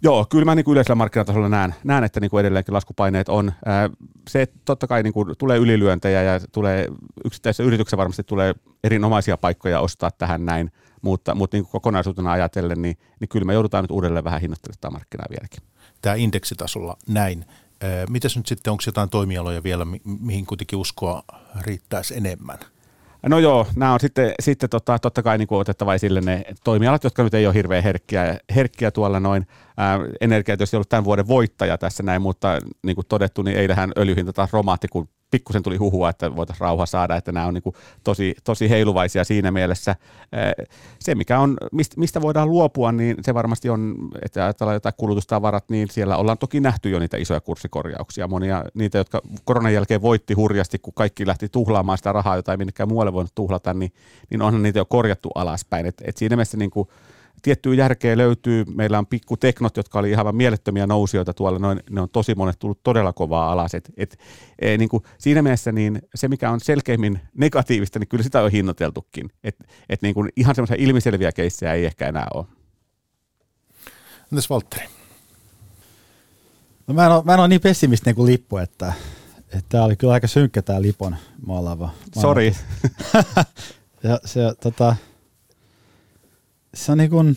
Joo, kyllä mä niin kuin yleisellä markkinatasolla näen, näen että niin kuin edelleenkin laskupaineet on. Ää, se, että totta kai niin kuin tulee ylilyöntejä ja tulee yksittäisessä yrityksessä varmasti tulee erinomaisia paikkoja ostaa tähän näin, mutta, mutta niin kuin kokonaisuutena ajatellen, niin, niin kyllä me joudutaan nyt uudelleen vähän hinnoittelemaan markkinaa vieläkin. Tämä indeksitasolla näin. Mitäs nyt sitten, onko jotain toimialoja vielä, mi- mihin kuitenkin uskoa riittäisi enemmän? No joo, nämä on sitten, sitten tota, totta kai niin kuin otettava esille ne toimialat, jotka nyt ei ole hirveän herkkiä, herkkiä tuolla noin. Ää, energia tietysti ollut tämän vuoden voittaja tässä näin, mutta niin kuin todettu, niin eilähän öljyhinta taas romahti, kun pikkusen tuli huhua, että voitaisiin rauha saada, että nämä on niin kuin tosi, tosi heiluvaisia siinä mielessä. Se, mikä on, mistä voidaan luopua, niin se varmasti on, että ajatellaan jotain kulutustavarat, niin siellä ollaan toki nähty jo niitä isoja kurssikorjauksia. Monia niitä, jotka koronan jälkeen voitti hurjasti, kun kaikki lähti tuhlaamaan sitä rahaa, jota ei minnekään muualle voinut tuhlata, niin, niin onhan niitä jo korjattu alaspäin. Et, et siinä mielessä niin kuin tiettyä järkeä löytyy. Meillä on pikkuteknot, jotka oli ihan mielettömiä nousijoita tuolla. Noin, ne on tosi monet tullut todella kovaa alas. Et, et, e, niin kuin siinä mielessä niin se, mikä on selkeimmin negatiivista, niin kyllä sitä on hinnoiteltukin. Et, et niin kuin ihan semmoisia ilmiselviä keissejä ei ehkä enää ole. Entäs Valtteri? No mä en ole, mä en ole niin pessimistinen kuin Lippo, että tämä oli kyllä aika synkkä tämä Lipon maalaava. Sori. ja se, tota, se on niin kuin,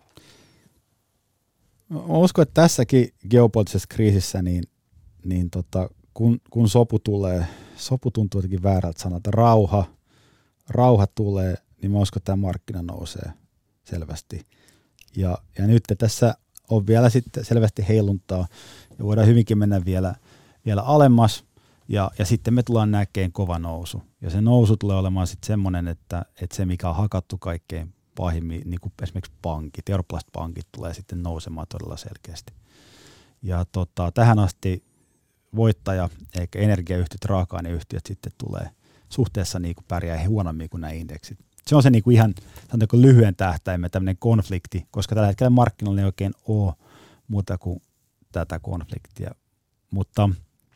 mä uskon, että tässäkin geopoliittisessa kriisissä, niin, niin tota, kun, kun sopu tulee, sopu tuntuu jotenkin väärältä sanalta, rauha, rauha tulee, niin mä uskon, että tämä markkina nousee selvästi. Ja, ja nyt tässä on vielä sitten selvästi heiluntaa ja voidaan hyvinkin mennä vielä, vielä alemmas ja, ja sitten me tullaan näkemään kova nousu. Ja se nousu tulee olemaan sitten semmoinen, että, että se mikä on hakattu kaikkein pahimmin, niin kuin esimerkiksi pankit, eurooppalaiset pankit tulee sitten nousemaan todella selkeästi. Ja tota, tähän asti voittaja, eikä energiayhtiöt, raaka-aineyhtiöt sitten tulee suhteessa niin kuin pärjää huonommin kuin nämä indeksit. Se on se niin kuin ihan sanotaanko lyhyen tähtäimen tämmöinen konflikti, koska tällä hetkellä markkinoilla ei oikein ole muuta kuin tätä konfliktia. Mutta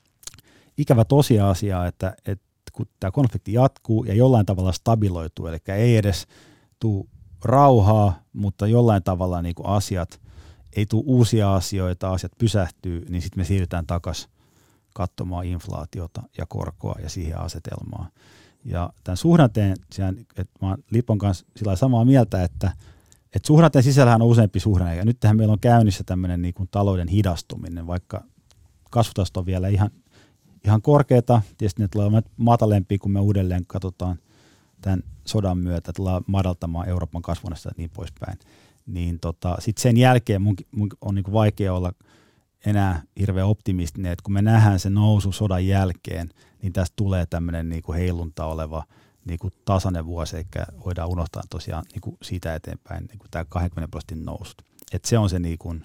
ikävä tosiasia, että, että kun tämä konflikti jatkuu ja jollain tavalla stabiloituu, eli ei edes tule rauhaa, mutta jollain tavalla niin kuin asiat, ei tule uusia asioita, asiat pysähtyy, niin sitten me siirrytään takaisin katsomaan inflaatiota ja korkoa ja siihen asetelmaan. Ja tämän suhdanteen, että mä oon Lipon kanssa sillä samaa mieltä, että, että suhdanteen sisällähän on useampi suhdanne, ja nythän meillä on käynnissä tämmöinen niin kuin talouden hidastuminen, vaikka kasvutasot on vielä ihan, ihan korkeata, tietysti ne tulee matalempia, kun me uudelleen katsotaan tämän sodan myötä, tullaan madaltamaan Euroopan kasvunnasta ja niin poispäin, niin tota, sitten sen jälkeen mun, mun on niin kuin vaikea olla enää hirveän optimistinen, että kun me nähdään se nousu sodan jälkeen, niin tästä tulee tämmöinen niin kuin heilunta oleva niin kuin tasainen vuosi, eikä voidaan unohtaa tosiaan niin kuin siitä eteenpäin niin kuin tämä kaksikymmentä prosentin nousut. Et se on se niin kuin,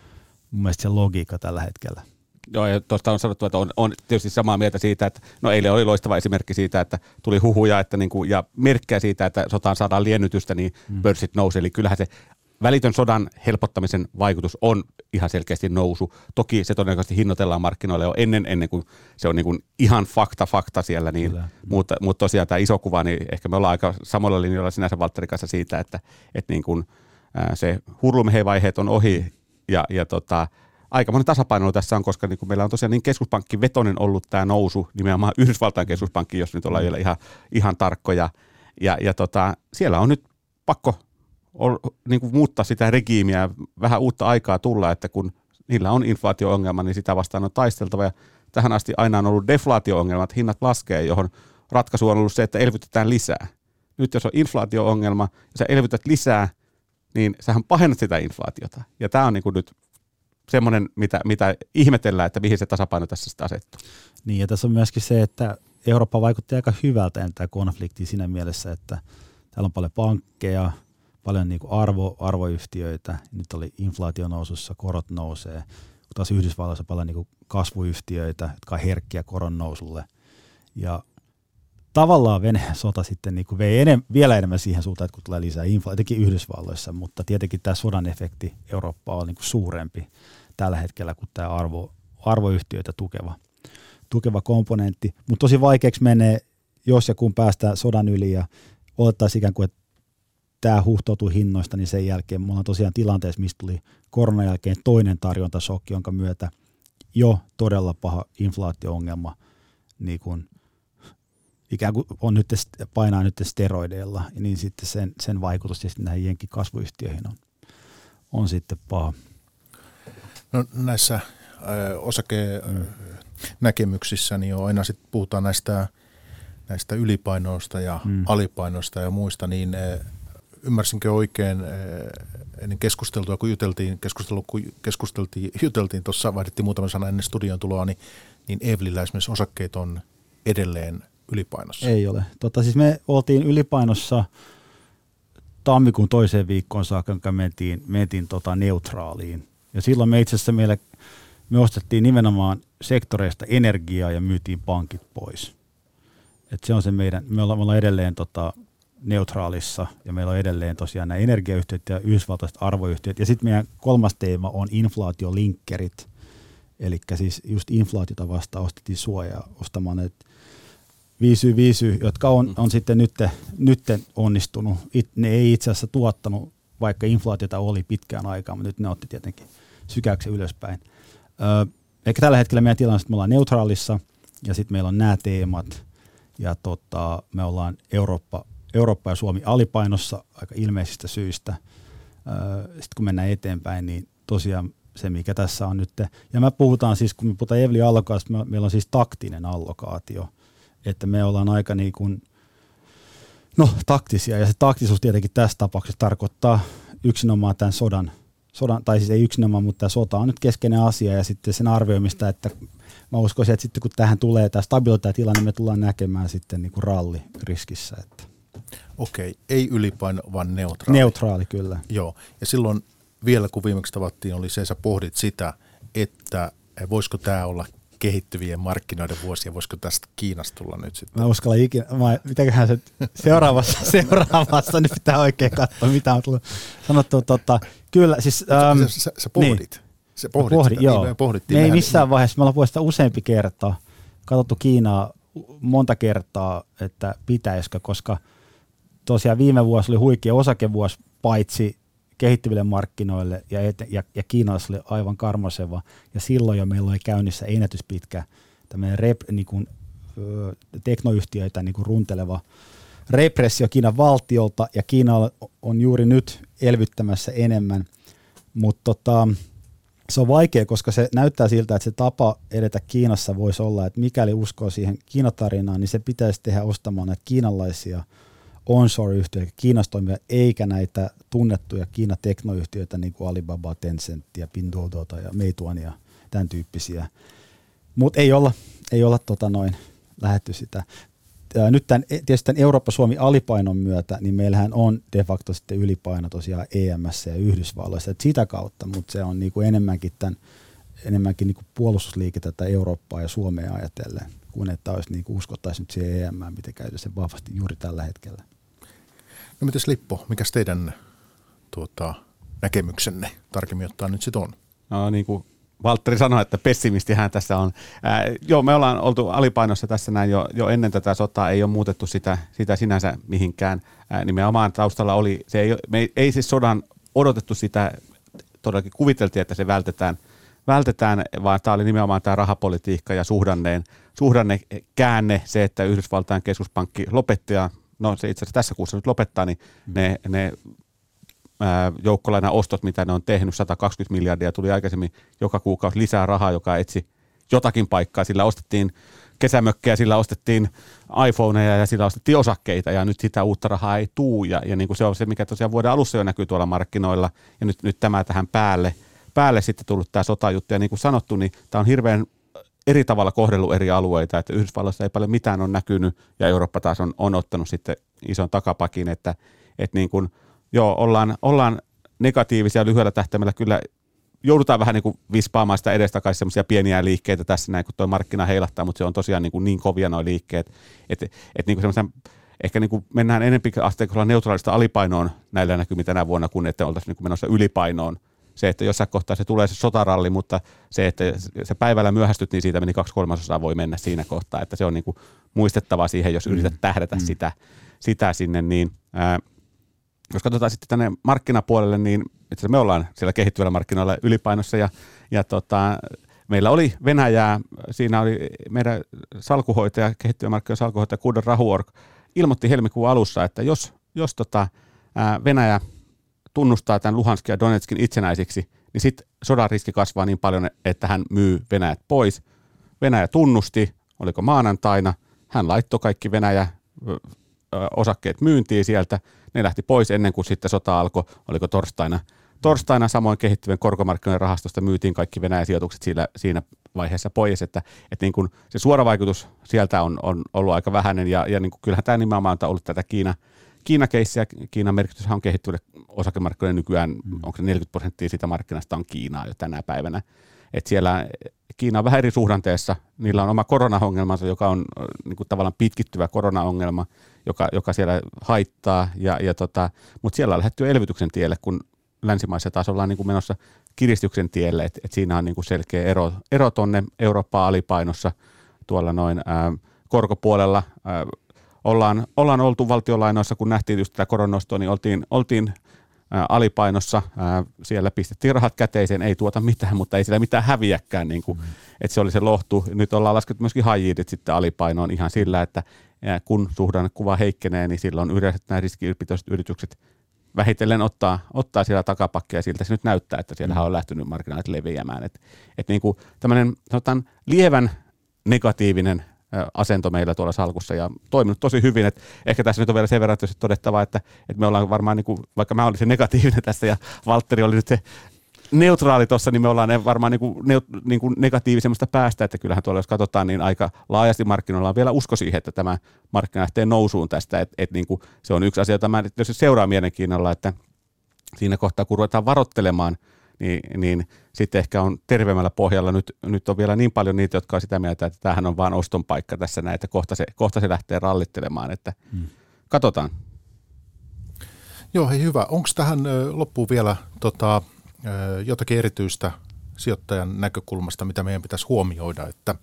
mun mielestä se logiikka tällä hetkellä. Joo, ja tuosta on sanottu, että on, on tietysti samaa mieltä siitä, että no eilen oli loistava esimerkki siitä, että tuli huhuja että niin kuin, ja merkkejä siitä, että sotaan saadaan liennytystä, niin mm. pörssit nousee. Eli kyllähän se välitön sodan helpottamisen vaikutus on ihan selkeästi nousu. Toki se todennäköisesti hinnoitellaan markkinoille jo ennen, ennen kuin se on niin kuin ihan fakta fakta siellä, niin, mutta, mutta tosiaan tämä iso kuva, niin ehkä me ollaan aika samalla linjalla sinänsä Valtterin kanssa siitä, että, että niin kuin, ää, se hurlumhei-vaiheet on ohi ja, ja tota, aika monen tasapaino tässä on, koska niin kuin meillä on tosiaan niin keskuspankkivetoinen ollut tämä nousu, nimenomaan Yhdysvaltain keskuspankki, jos nyt ollaan vielä ihan, ihan tarkkoja, ja, ja tota, siellä on nyt pakko niin kuin muuttaa sitä regiimiä, vähän uutta aikaa tulla, että kun niillä on inflaatio-ongelma, niin sitä vastaan on taisteltava. Ja tähän asti aina on ollut deflaatio-ongelma, että hinnat laskee, johon ratkaisu on ollut se, että elvytetään lisää. Nyt jos on inflaatio-ongelma ja sä elvytät lisää, niin sähän pahennat sitä inflaatiota. Ja tämä on niin kuin nyt semmoinen, mitä, mitä ihmetellään, että mihin se tasapaino tässä sitten asettuu. Niin, ja tässä on myöskin se, että Eurooppa vaikutti aika hyvältä tämä konflikti siinä mielessä, että täällä on paljon pankkeja, paljon niin kuin arvo, arvoyhtiöitä, nyt oli inflaatio nousussa, korot nousee, kun taas Yhdysvalloissa paljon niin kuin kasvuyhtiöitä, jotka on herkkiä koron nousulle. Ja tavallaan Venäjän sota sitten niin kuin vei enem, vielä enemmän siihen suuntaan, että kun tulee lisää inflaatiota, etenkin Yhdysvalloissa, mutta tietenkin tämä sodan efekti Eurooppaan on niin kuin suurempi tällä hetkellä kuin tämä arvo, arvoyhtiöitä tukeva, tukeva komponentti. Mutta tosi vaikeaksi menee, jos ja kun päästään sodan yli ja olettaisiin ikään kuin, että tämä huhtoutui hinnoista, niin sen jälkeen me ollaan tosiaan tilanteessa, mistä tuli koronan jälkeen toinen tarjontasokki, jonka myötä jo todella paha inflaatio-ongelma niin kun ikään kuin on nyt, painaa nyt steroideilla, niin sitten sen, sen vaikutus sitten näihin jenkin kasvuyhtiöihin on, on sitten paha. No näissä äh, osakenäkemyksissä niin jo aina sitten puhutaan näistä, näistä ylipainoista ja mm. alipainoista ja muista, niin äh, ymmärsinkö oikein äh, ennen keskusteltua, kun juteltiin, keskustelu, kun keskusteltiin, juteltiin tuossa, vaihdettiin muutaman sanan ennen studion tuloa, niin, niin Evelillä esimerkiksi osakkeet on edelleen ylipainossa. Ei ole. Tota, siis me oltiin ylipainossa tammikuun toiseen viikkoon saakka, kun mentiin, mentiin tota neutraaliin. Ja silloin me itse asiassa meille, me ostettiin nimenomaan sektoreista energiaa ja myytiin pankit pois. Et se on se meidän, me ollaan, me ollaan edelleen tota neutraalissa ja meillä on edelleen tosiaan nämä energiayhtiöt ja yhdysvaltaiset arvoyhtiöt. Ja sitten meidän kolmas teema on inflaatiolinkkerit. Eli siis just inflaatiota vastaan ostettiin suojaa ostamaan näitä viisy viisy, jotka on, on sitten nyt, nyt onnistunut. It, ne ei itse asiassa tuottanut, vaikka inflaatiota oli pitkään aikaa, mutta nyt ne otti tietenkin sykäyksen ylöspäin. Öö, eikä tällä hetkellä meidän tilanne, että me ollaan neutraalissa ja sitten meillä on nämä teemat ja tota, me ollaan Eurooppa, Eurooppa ja Suomi alipainossa aika ilmeisistä syistä. Öö, sitten kun mennään eteenpäin, niin tosiaan se, mikä tässä on nyt. Ja me puhutaan siis, kun me puhutaan Eveli allokaatiosta, meillä on siis taktinen allokaatio. Että me ollaan aika niin kuin, no taktisia, ja se taktisuus tietenkin tässä tapauksessa tarkoittaa yksinomaan tämän sodan, sodan, tai siis ei yksinomaan, mutta tämä sota on nyt keskeinen asia, ja sitten sen arvioimista, että mä uskoisin, että sitten kun tähän tulee tämä stabiliteetti tilanne, me tullaan näkemään sitten niin kuin ralli riskissä. Että. Okei, ei ylipaino, vaan neutraali. Neutraali, kyllä. Joo, ja silloin vielä kun viimeksi tavattiin, oli se, sä pohdit sitä, että voisiko tämä olla kehittyvien markkinoiden vuosia, voisiko tästä Kiinasta tulla nyt sitten? Mä uskallan ikinä, mä, mitäköhän se seuraavassa, seuraavassa nyt pitää oikein katsoa, mitä on tullut sanottu. Tota, kyllä, siis... Ähm, sä, sä, sä pohdit, niin. sä pohdit pohdin, sitä, joo. Niin me pohdittiin. Me ei missään niin. vaiheessa, me ollaan puhuttu sitä useampi kertaa, katsottu Kiinaa monta kertaa, että pitäisikö, koska tosiaan viime vuosi oli huikea osakevuosi, paitsi kehittyville markkinoille ja, ete, ja, ja Kiinassa oli aivan karmaiseva. Ja silloin jo meillä oli käynnissä ennätyspitkä tämmöinen rep, niin kuin, ö, teknoyhtiöitä niin kuin runteleva repressio Kiinan valtiolta, ja Kiina on juuri nyt elvyttämässä enemmän. Mutta tota, se on vaikea, koska se näyttää siltä, että se tapa edetä Kiinassa voisi olla, että mikäli uskoo siihen Kiinatarinaan, niin se pitäisi tehdä ostamaan näitä kiinalaisia onshore-yhtiöitä, Kiinassa toimia, eikä näitä tunnettuja Kiina-teknoyhtiöitä niin kuin Alibaba, Tencent ja Pinduoduota ja Meituan ja tämän tyyppisiä. Mutta ei olla, ei olla tota noin lähdetty sitä. Nyt tämän, tietysti tämän Eurooppa-Suomi alipainon myötä, niin meillähän on de facto sitten ylipaino tosiaan E M S ja Yhdysvalloissa, että sitä kautta, mutta se on niin kuin enemmänkin, tämän, enemmänkin niin kuin puolustusliike tätä Eurooppaa ja Suomea ajatellen, kuin että olisi niin kuin uskottaisiin nyt siihen E M, miten käytössä vahvasti juuri tällä hetkellä. No mites Lippo, mikäs teidän tuota, näkemyksenne tarkemmin ottaen nyt sitten on? No niin kuin Valtteri sanoi, että pessimistihän tässä on. Ää, joo, me ollaan oltu alipainossa tässä näin jo, jo ennen tätä sotaa, ei ole muutettu sitä, sitä sinänsä mihinkään. Ää, nimenomaan taustalla oli, se ei, me ei, ei siis sodan odotettu sitä, todellakin kuviteltiin, että se vältetään, vältetään, vaan tämä oli nimenomaan tämä rahapolitiikka ja suhdanneen, suhdannekäänne, se, että Yhdysvaltain keskuspankki lopetti, ja no se itse asiassa tässä kuussa nyt lopettaa, niin ne, ne joukkolainaostot, mitä ne on tehnyt, sata kaksikymmentä miljardia, tuli aikaisemmin joka kuukausi lisää rahaa, joka etsi jotakin paikkaa. Sillä ostettiin kesämökkejä, sillä ostettiin iPhoneja ja sillä ostettiin osakkeita, ja nyt sitä uutta rahaa ei tuu, ja, ja niin kuin se on se, mikä tosiaan vuoden alussa jo näkyy tuolla markkinoilla, ja nyt, nyt tämä tähän päälle, päälle sitten tullut tämä sotajuttu, ja niin kuin sanottu, niin tämä on hirveän eri tavalla kohdellut eri alueita, että Yhdysvalloissa ei paljon mitään ole näkynyt, ja Eurooppa taas on, on ottanut sitten ison takapakin, että, että niin kuin joo, ollaan, ollaan negatiivisia lyhyellä tähtäimellä, kyllä joudutaan vähän niin kuin vispaamaan sitä edestakaisin semmoisia pieniä liikkeitä tässä näin, kun tuo markkina heilahtaa, mutta se on tosiaan niin, kuin niin kovia nuo liikkeet, että, että niin kuin ehkä niin kuin mennään enempi asteikolla neutraalista alipainoon näillä näkymin tänä vuonna, kun että oltaisiin niin kuin menossa ylipainoon. Se, että jossain kohtaa se tulee se sotaralli, mutta se, että se päivällä myöhästyt, niin siitä meni kaksi kolmasosaa voi mennä siinä kohtaa, että se on niin kuin muistettava siihen, jos yrität tähdätä mm. sitä, sitä sinne, niin ää, jos katsotaan sitten tänne markkinapuolelle, niin itse me ollaan siellä kehittyvillä markkinoilla ylipainossa ja, ja tota, meillä oli Venäjää, siinä oli meidän salkuhoitaja, kehittyvä markkinoiden salkuhoitaja Kudor Rahuorg ilmoitti helmikuun alussa, että jos, jos tota, ää, Venäjä tunnustaa tämän Luhanskin ja Donetskin itsenäisiksi, niin sitten sodan riski kasvaa niin paljon, että hän myy Venäjät pois. Venäjä tunnusti, oliko maanantaina, hän laittoi kaikki Venäjä osakkeet myyntiin sieltä, ne lähti pois ennen kuin sitten sota alkoi, oliko torstaina. Torstaina samoin kehittyvien korkomarkkinoiden rahastosta myytiin kaikki Venäjän sijoitukset siinä, siinä vaiheessa pois, että, että niin kuin se suora vaikutus sieltä on, on ollut aika vähäinen ja, ja niin kuin kyllähän tämä nimenomaan on ollut tätä Kiina, Kiina-keissiä. Kiinan merkityshän on kehittyneet osakemarkkinoiden nykyään, mm. onko se neljäkymmentä prosenttia siitä markkinasta on Kiinaa jo tänä päivänä. Et siellä Kiina on vähän eri suhdanteessa, niillä on oma koronaongelmansa, joka on niin kuin tavallaan pitkittyvä koronaongelma, joka, joka siellä haittaa, ja, ja tota, mutta siellä on lähdetty elvytyksen tielle, kun länsimaissa taas ollaan niin kuin menossa kiristyksen tielle, että et siinä on niin kuin selkeä ero, ero tuonne Eurooppaan alipainossa tuolla noin ää, korkopuolella. Ää, ollaan, ollaan oltu valtionlainoissa, kun nähtiin just tätä koronnostoa, niin oltiin, oltiin ää, alipainossa, ää, siellä pistettiin rahat käteiseen, ei tuota mitään, mutta ei siellä mitään häviäkään, niin kuin, mm. että se oli se lohtu. Nyt ollaan laskettu myöskin high yieldit sitten alipainoon ihan sillä, että ää, kun suhdannekuva heikkenee, niin silloin yleiset nämä riskipitoiset yritykset vähitellen ottaa, ottaa siellä takapakkia ja siltä se nyt näyttää, että siellähän on lähtenyt markkinat leviämään. Et, et niin kuin tämmöinen sanotaan lievän negatiivinen asento meillä tuolla salkussa ja toiminut tosi hyvin. Et ehkä tässä nyt on vielä sen verran todettava, että, että me ollaan varmaan, niin kuin, vaikka mä olin se negatiivinen tässä ja Valtteri oli nyt se neutraali tuossa, niin me ollaan varmaan niin kuin, niin kuin negatiivisemmasta päästä, että kyllähän tuolla jos katsotaan, niin aika laajasti markkinoilla on vielä usko siihen, että tämä markkina lähtee nousuun tästä, että et niin kuin se on yksi asia, jota mä jos seuraa mielenkiinnolla, että siinä kohtaa kun ruvetaan varoittelemaan, niin, niin sitten ehkä on terveemmällä pohjalla. Nyt, nyt on vielä niin paljon niitä, jotka on sitä mieltä, että tämähän on vaan oston paikka tässä näin, että kohta se, kohta se lähtee rallittelemaan, että hmm. katsotaan. Joo, hei hyvä. Onko tähän loppuun vielä tota, jotakin erityistä sijoittajan näkökulmasta, mitä meidän pitäisi huomioida, että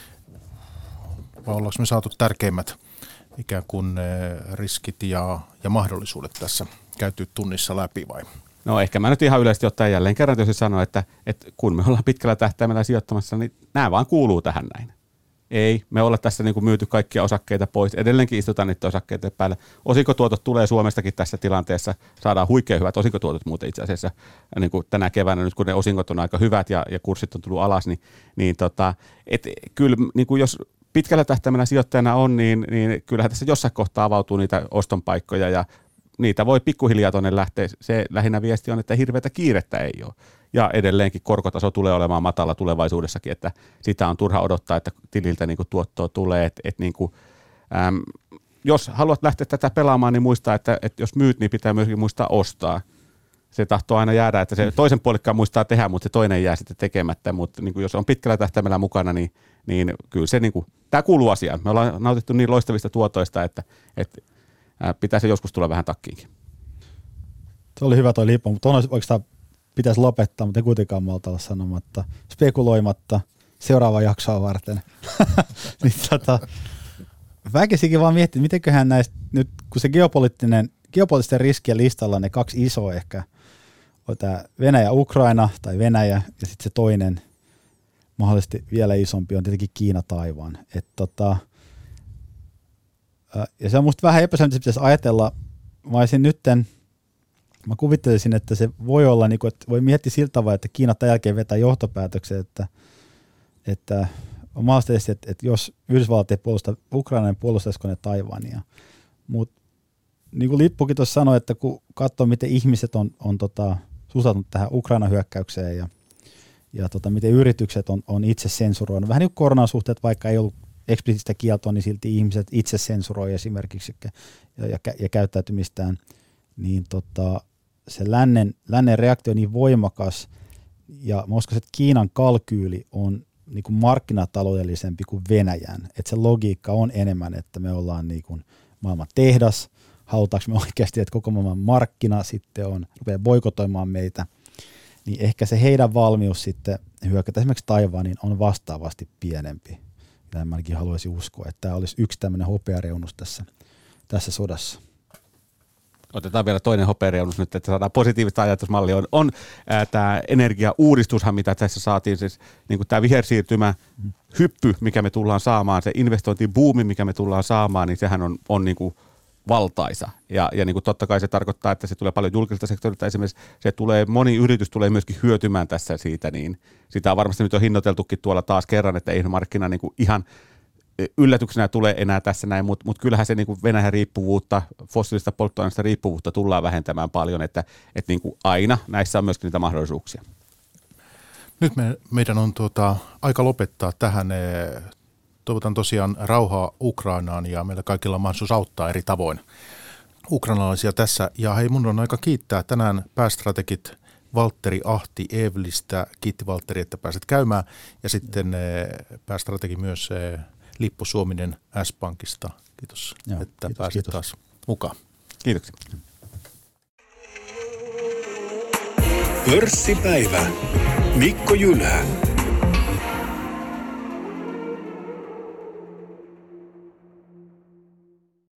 vai ollaanko me saatu tärkeimmät ikään kuin riskit ja, ja mahdollisuudet tässä käyty tunnissa läpi vai? No ehkä mä nyt ihan yleisesti ottaen jälleen kerran tietysti sanoa, että, että kun me ollaan pitkällä tähtäimellä sijoittamassa, niin nämä vaan kuuluu tähän näin. Ei, me olla tässä niin kuin myyty kaikkia osakkeita pois, edelleenkin istutaan niiden osakkeiden päälle. Osinkotuotot tulee Suomestakin tässä tilanteessa, saadaan huikean hyvät osinkotuotot muuten itse asiassa niin kuin tänä keväänä, nyt kun ne osinkot on aika hyvät ja, ja kurssit on tullut alas, niin, niin tota, et, kyllä niin kuin jos pitkällä tähtäimellä sijoittajana on, niin, niin kyllähän tässä jossain kohtaa avautuu niitä ostonpaikkoja ja niitä voi pikkuhiljaa tuonne lähteä. Se lähinnä viesti on, että hirveätä kiirettä ei ole. Ja edelleenkin korkotaso tulee olemaan matala tulevaisuudessakin, että sitä on turha odottaa, että tililtä niin kuin tuottoa tulee. Et, et niin kuin, äm, jos haluat lähteä tätä pelaamaan, niin muistaa, että, että jos myyt, niin pitää myöskin muistaa ostaa. Se tahtoo aina jäädä, että se toisen puolikkaan muistaa tehdä, mutta se toinen jää sitten tekemättä. Mutta niin kuin jos on pitkällä tähtäimellä mukana, niin, niin kyllä se, niin kuin, tämä kuuluu asiaan. Me ollaan nautittu niin loistavista tuotoista, että, että pitää se joskus tulla vähän takkiinkin. Se oli hyvä toi liippu, mutta on oikeastaan pitäisi lopettaa, mutta ei kuitenkaan malta olla sanomatta, spekuloimatta seuraava jaksoa varten. niin, tota, väkisikin vaan miettiä, mitenköhän näistä nyt, kun se geopoliittinen, geopoliittisten riskien listalla on ne kaksi isoa ehkä, on tämä Venäjä-Ukraina tai Venäjä ja sitten se toinen mahdollisesti vielä isompi on tietenkin Kiina-Taivaan. Et tota, ja se on musta vähän epäselvä, että pitäisi ajatella, mä olisin nytten, mä kuvittelisin, että se voi olla, niin kuin, että voi miettiä siltä tavalla, että Kiina tämän jälkeen vetää johtopäätöksen, että, että on mahdollisesti, että, että jos Yhdysvallat ei puolusta Ukraina, niin puolustaisiko ne Taiwania. Mutta niin kuin Lippukin tuossa sanoi, että kun katsoo, miten ihmiset on, on tota, suhtautunut tähän Ukrainan hyökkäykseen ja, ja tota, miten yritykset on, on itse sensuroinut, vähän niin kuin koronan suhteet, vaikka ei ollut eksplisiittistä kieltoa, niin silti ihmiset itse sensuroi esimerkiksi ja, ja, ja käyttäytymistään, niin tota, se lännen, lännen reaktio on niin voimakas, ja mä uskon, että Kiinan kalkyyli on niin kuin markkinataloudellisempi kuin Venäjän, että se logiikka on enemmän, että me ollaan niin kuin maailman tehdas, halutaanko me oikeasti, että koko maailman markkina sitten on, rupeaa boikotoimaan meitä, niin ehkä se heidän valmius sitten hyökätä esimerkiksi Taiwaniin on vastaavasti pienempi. Näin mä ainakin haluaisin uskoa, että tämä olisi yksi tämmöinen hopeareunus tässä, tässä sodassa. Otetaan vielä toinen hopeareunus nyt, että saadaan positiivista ajatusmallia. On, on tämä energiauudistushan, mitä tässä saatiin, siis niin kuin tämä vihersiirtymä hyppy, mikä me tullaan saamaan, se investointibuumi, mikä me tullaan saamaan, niin sehän on, on niin kuin valtaisa. Ja, ja niin kuin totta kai se tarkoittaa, että se tulee paljon julkiselta sektorilta. Esimerkiksi se tulee, moni yritys tulee myöskin hyötymään tässä siitä, niin sitä on varmasti nyt on hinnoiteltukin tuolla taas kerran, että ei markkina niin kuin ihan yllätyksenä tulee enää tässä näin, mutta mut kyllähän se niinku Venäjän riippuvuutta, fossiilista polttoaineista riippuvuutta tullaan vähentämään paljon, että et niinku aina näissä on myöskin niitä mahdollisuuksia. Nyt me, meidän on tuota, aika lopettaa tähän. Toivotan tosiaan rauhaa Ukrainaan ja meillä kaikilla on mahdollisuus auttaa eri tavoin ukrainalaisia tässä. Ja hei, mun on aika kiittää tänään päästrategit Valtteri Ahti Eevlistä. Kiitti Valtteri, että pääset käymään. Ja sitten päästrategi myös Lippo Suominen S-Pankista. Kiitos, Joo, että kiitos, pääsit kiitos. taas mukaan. Kiitoksia. Pörssipäivä. Mikko Jylhä.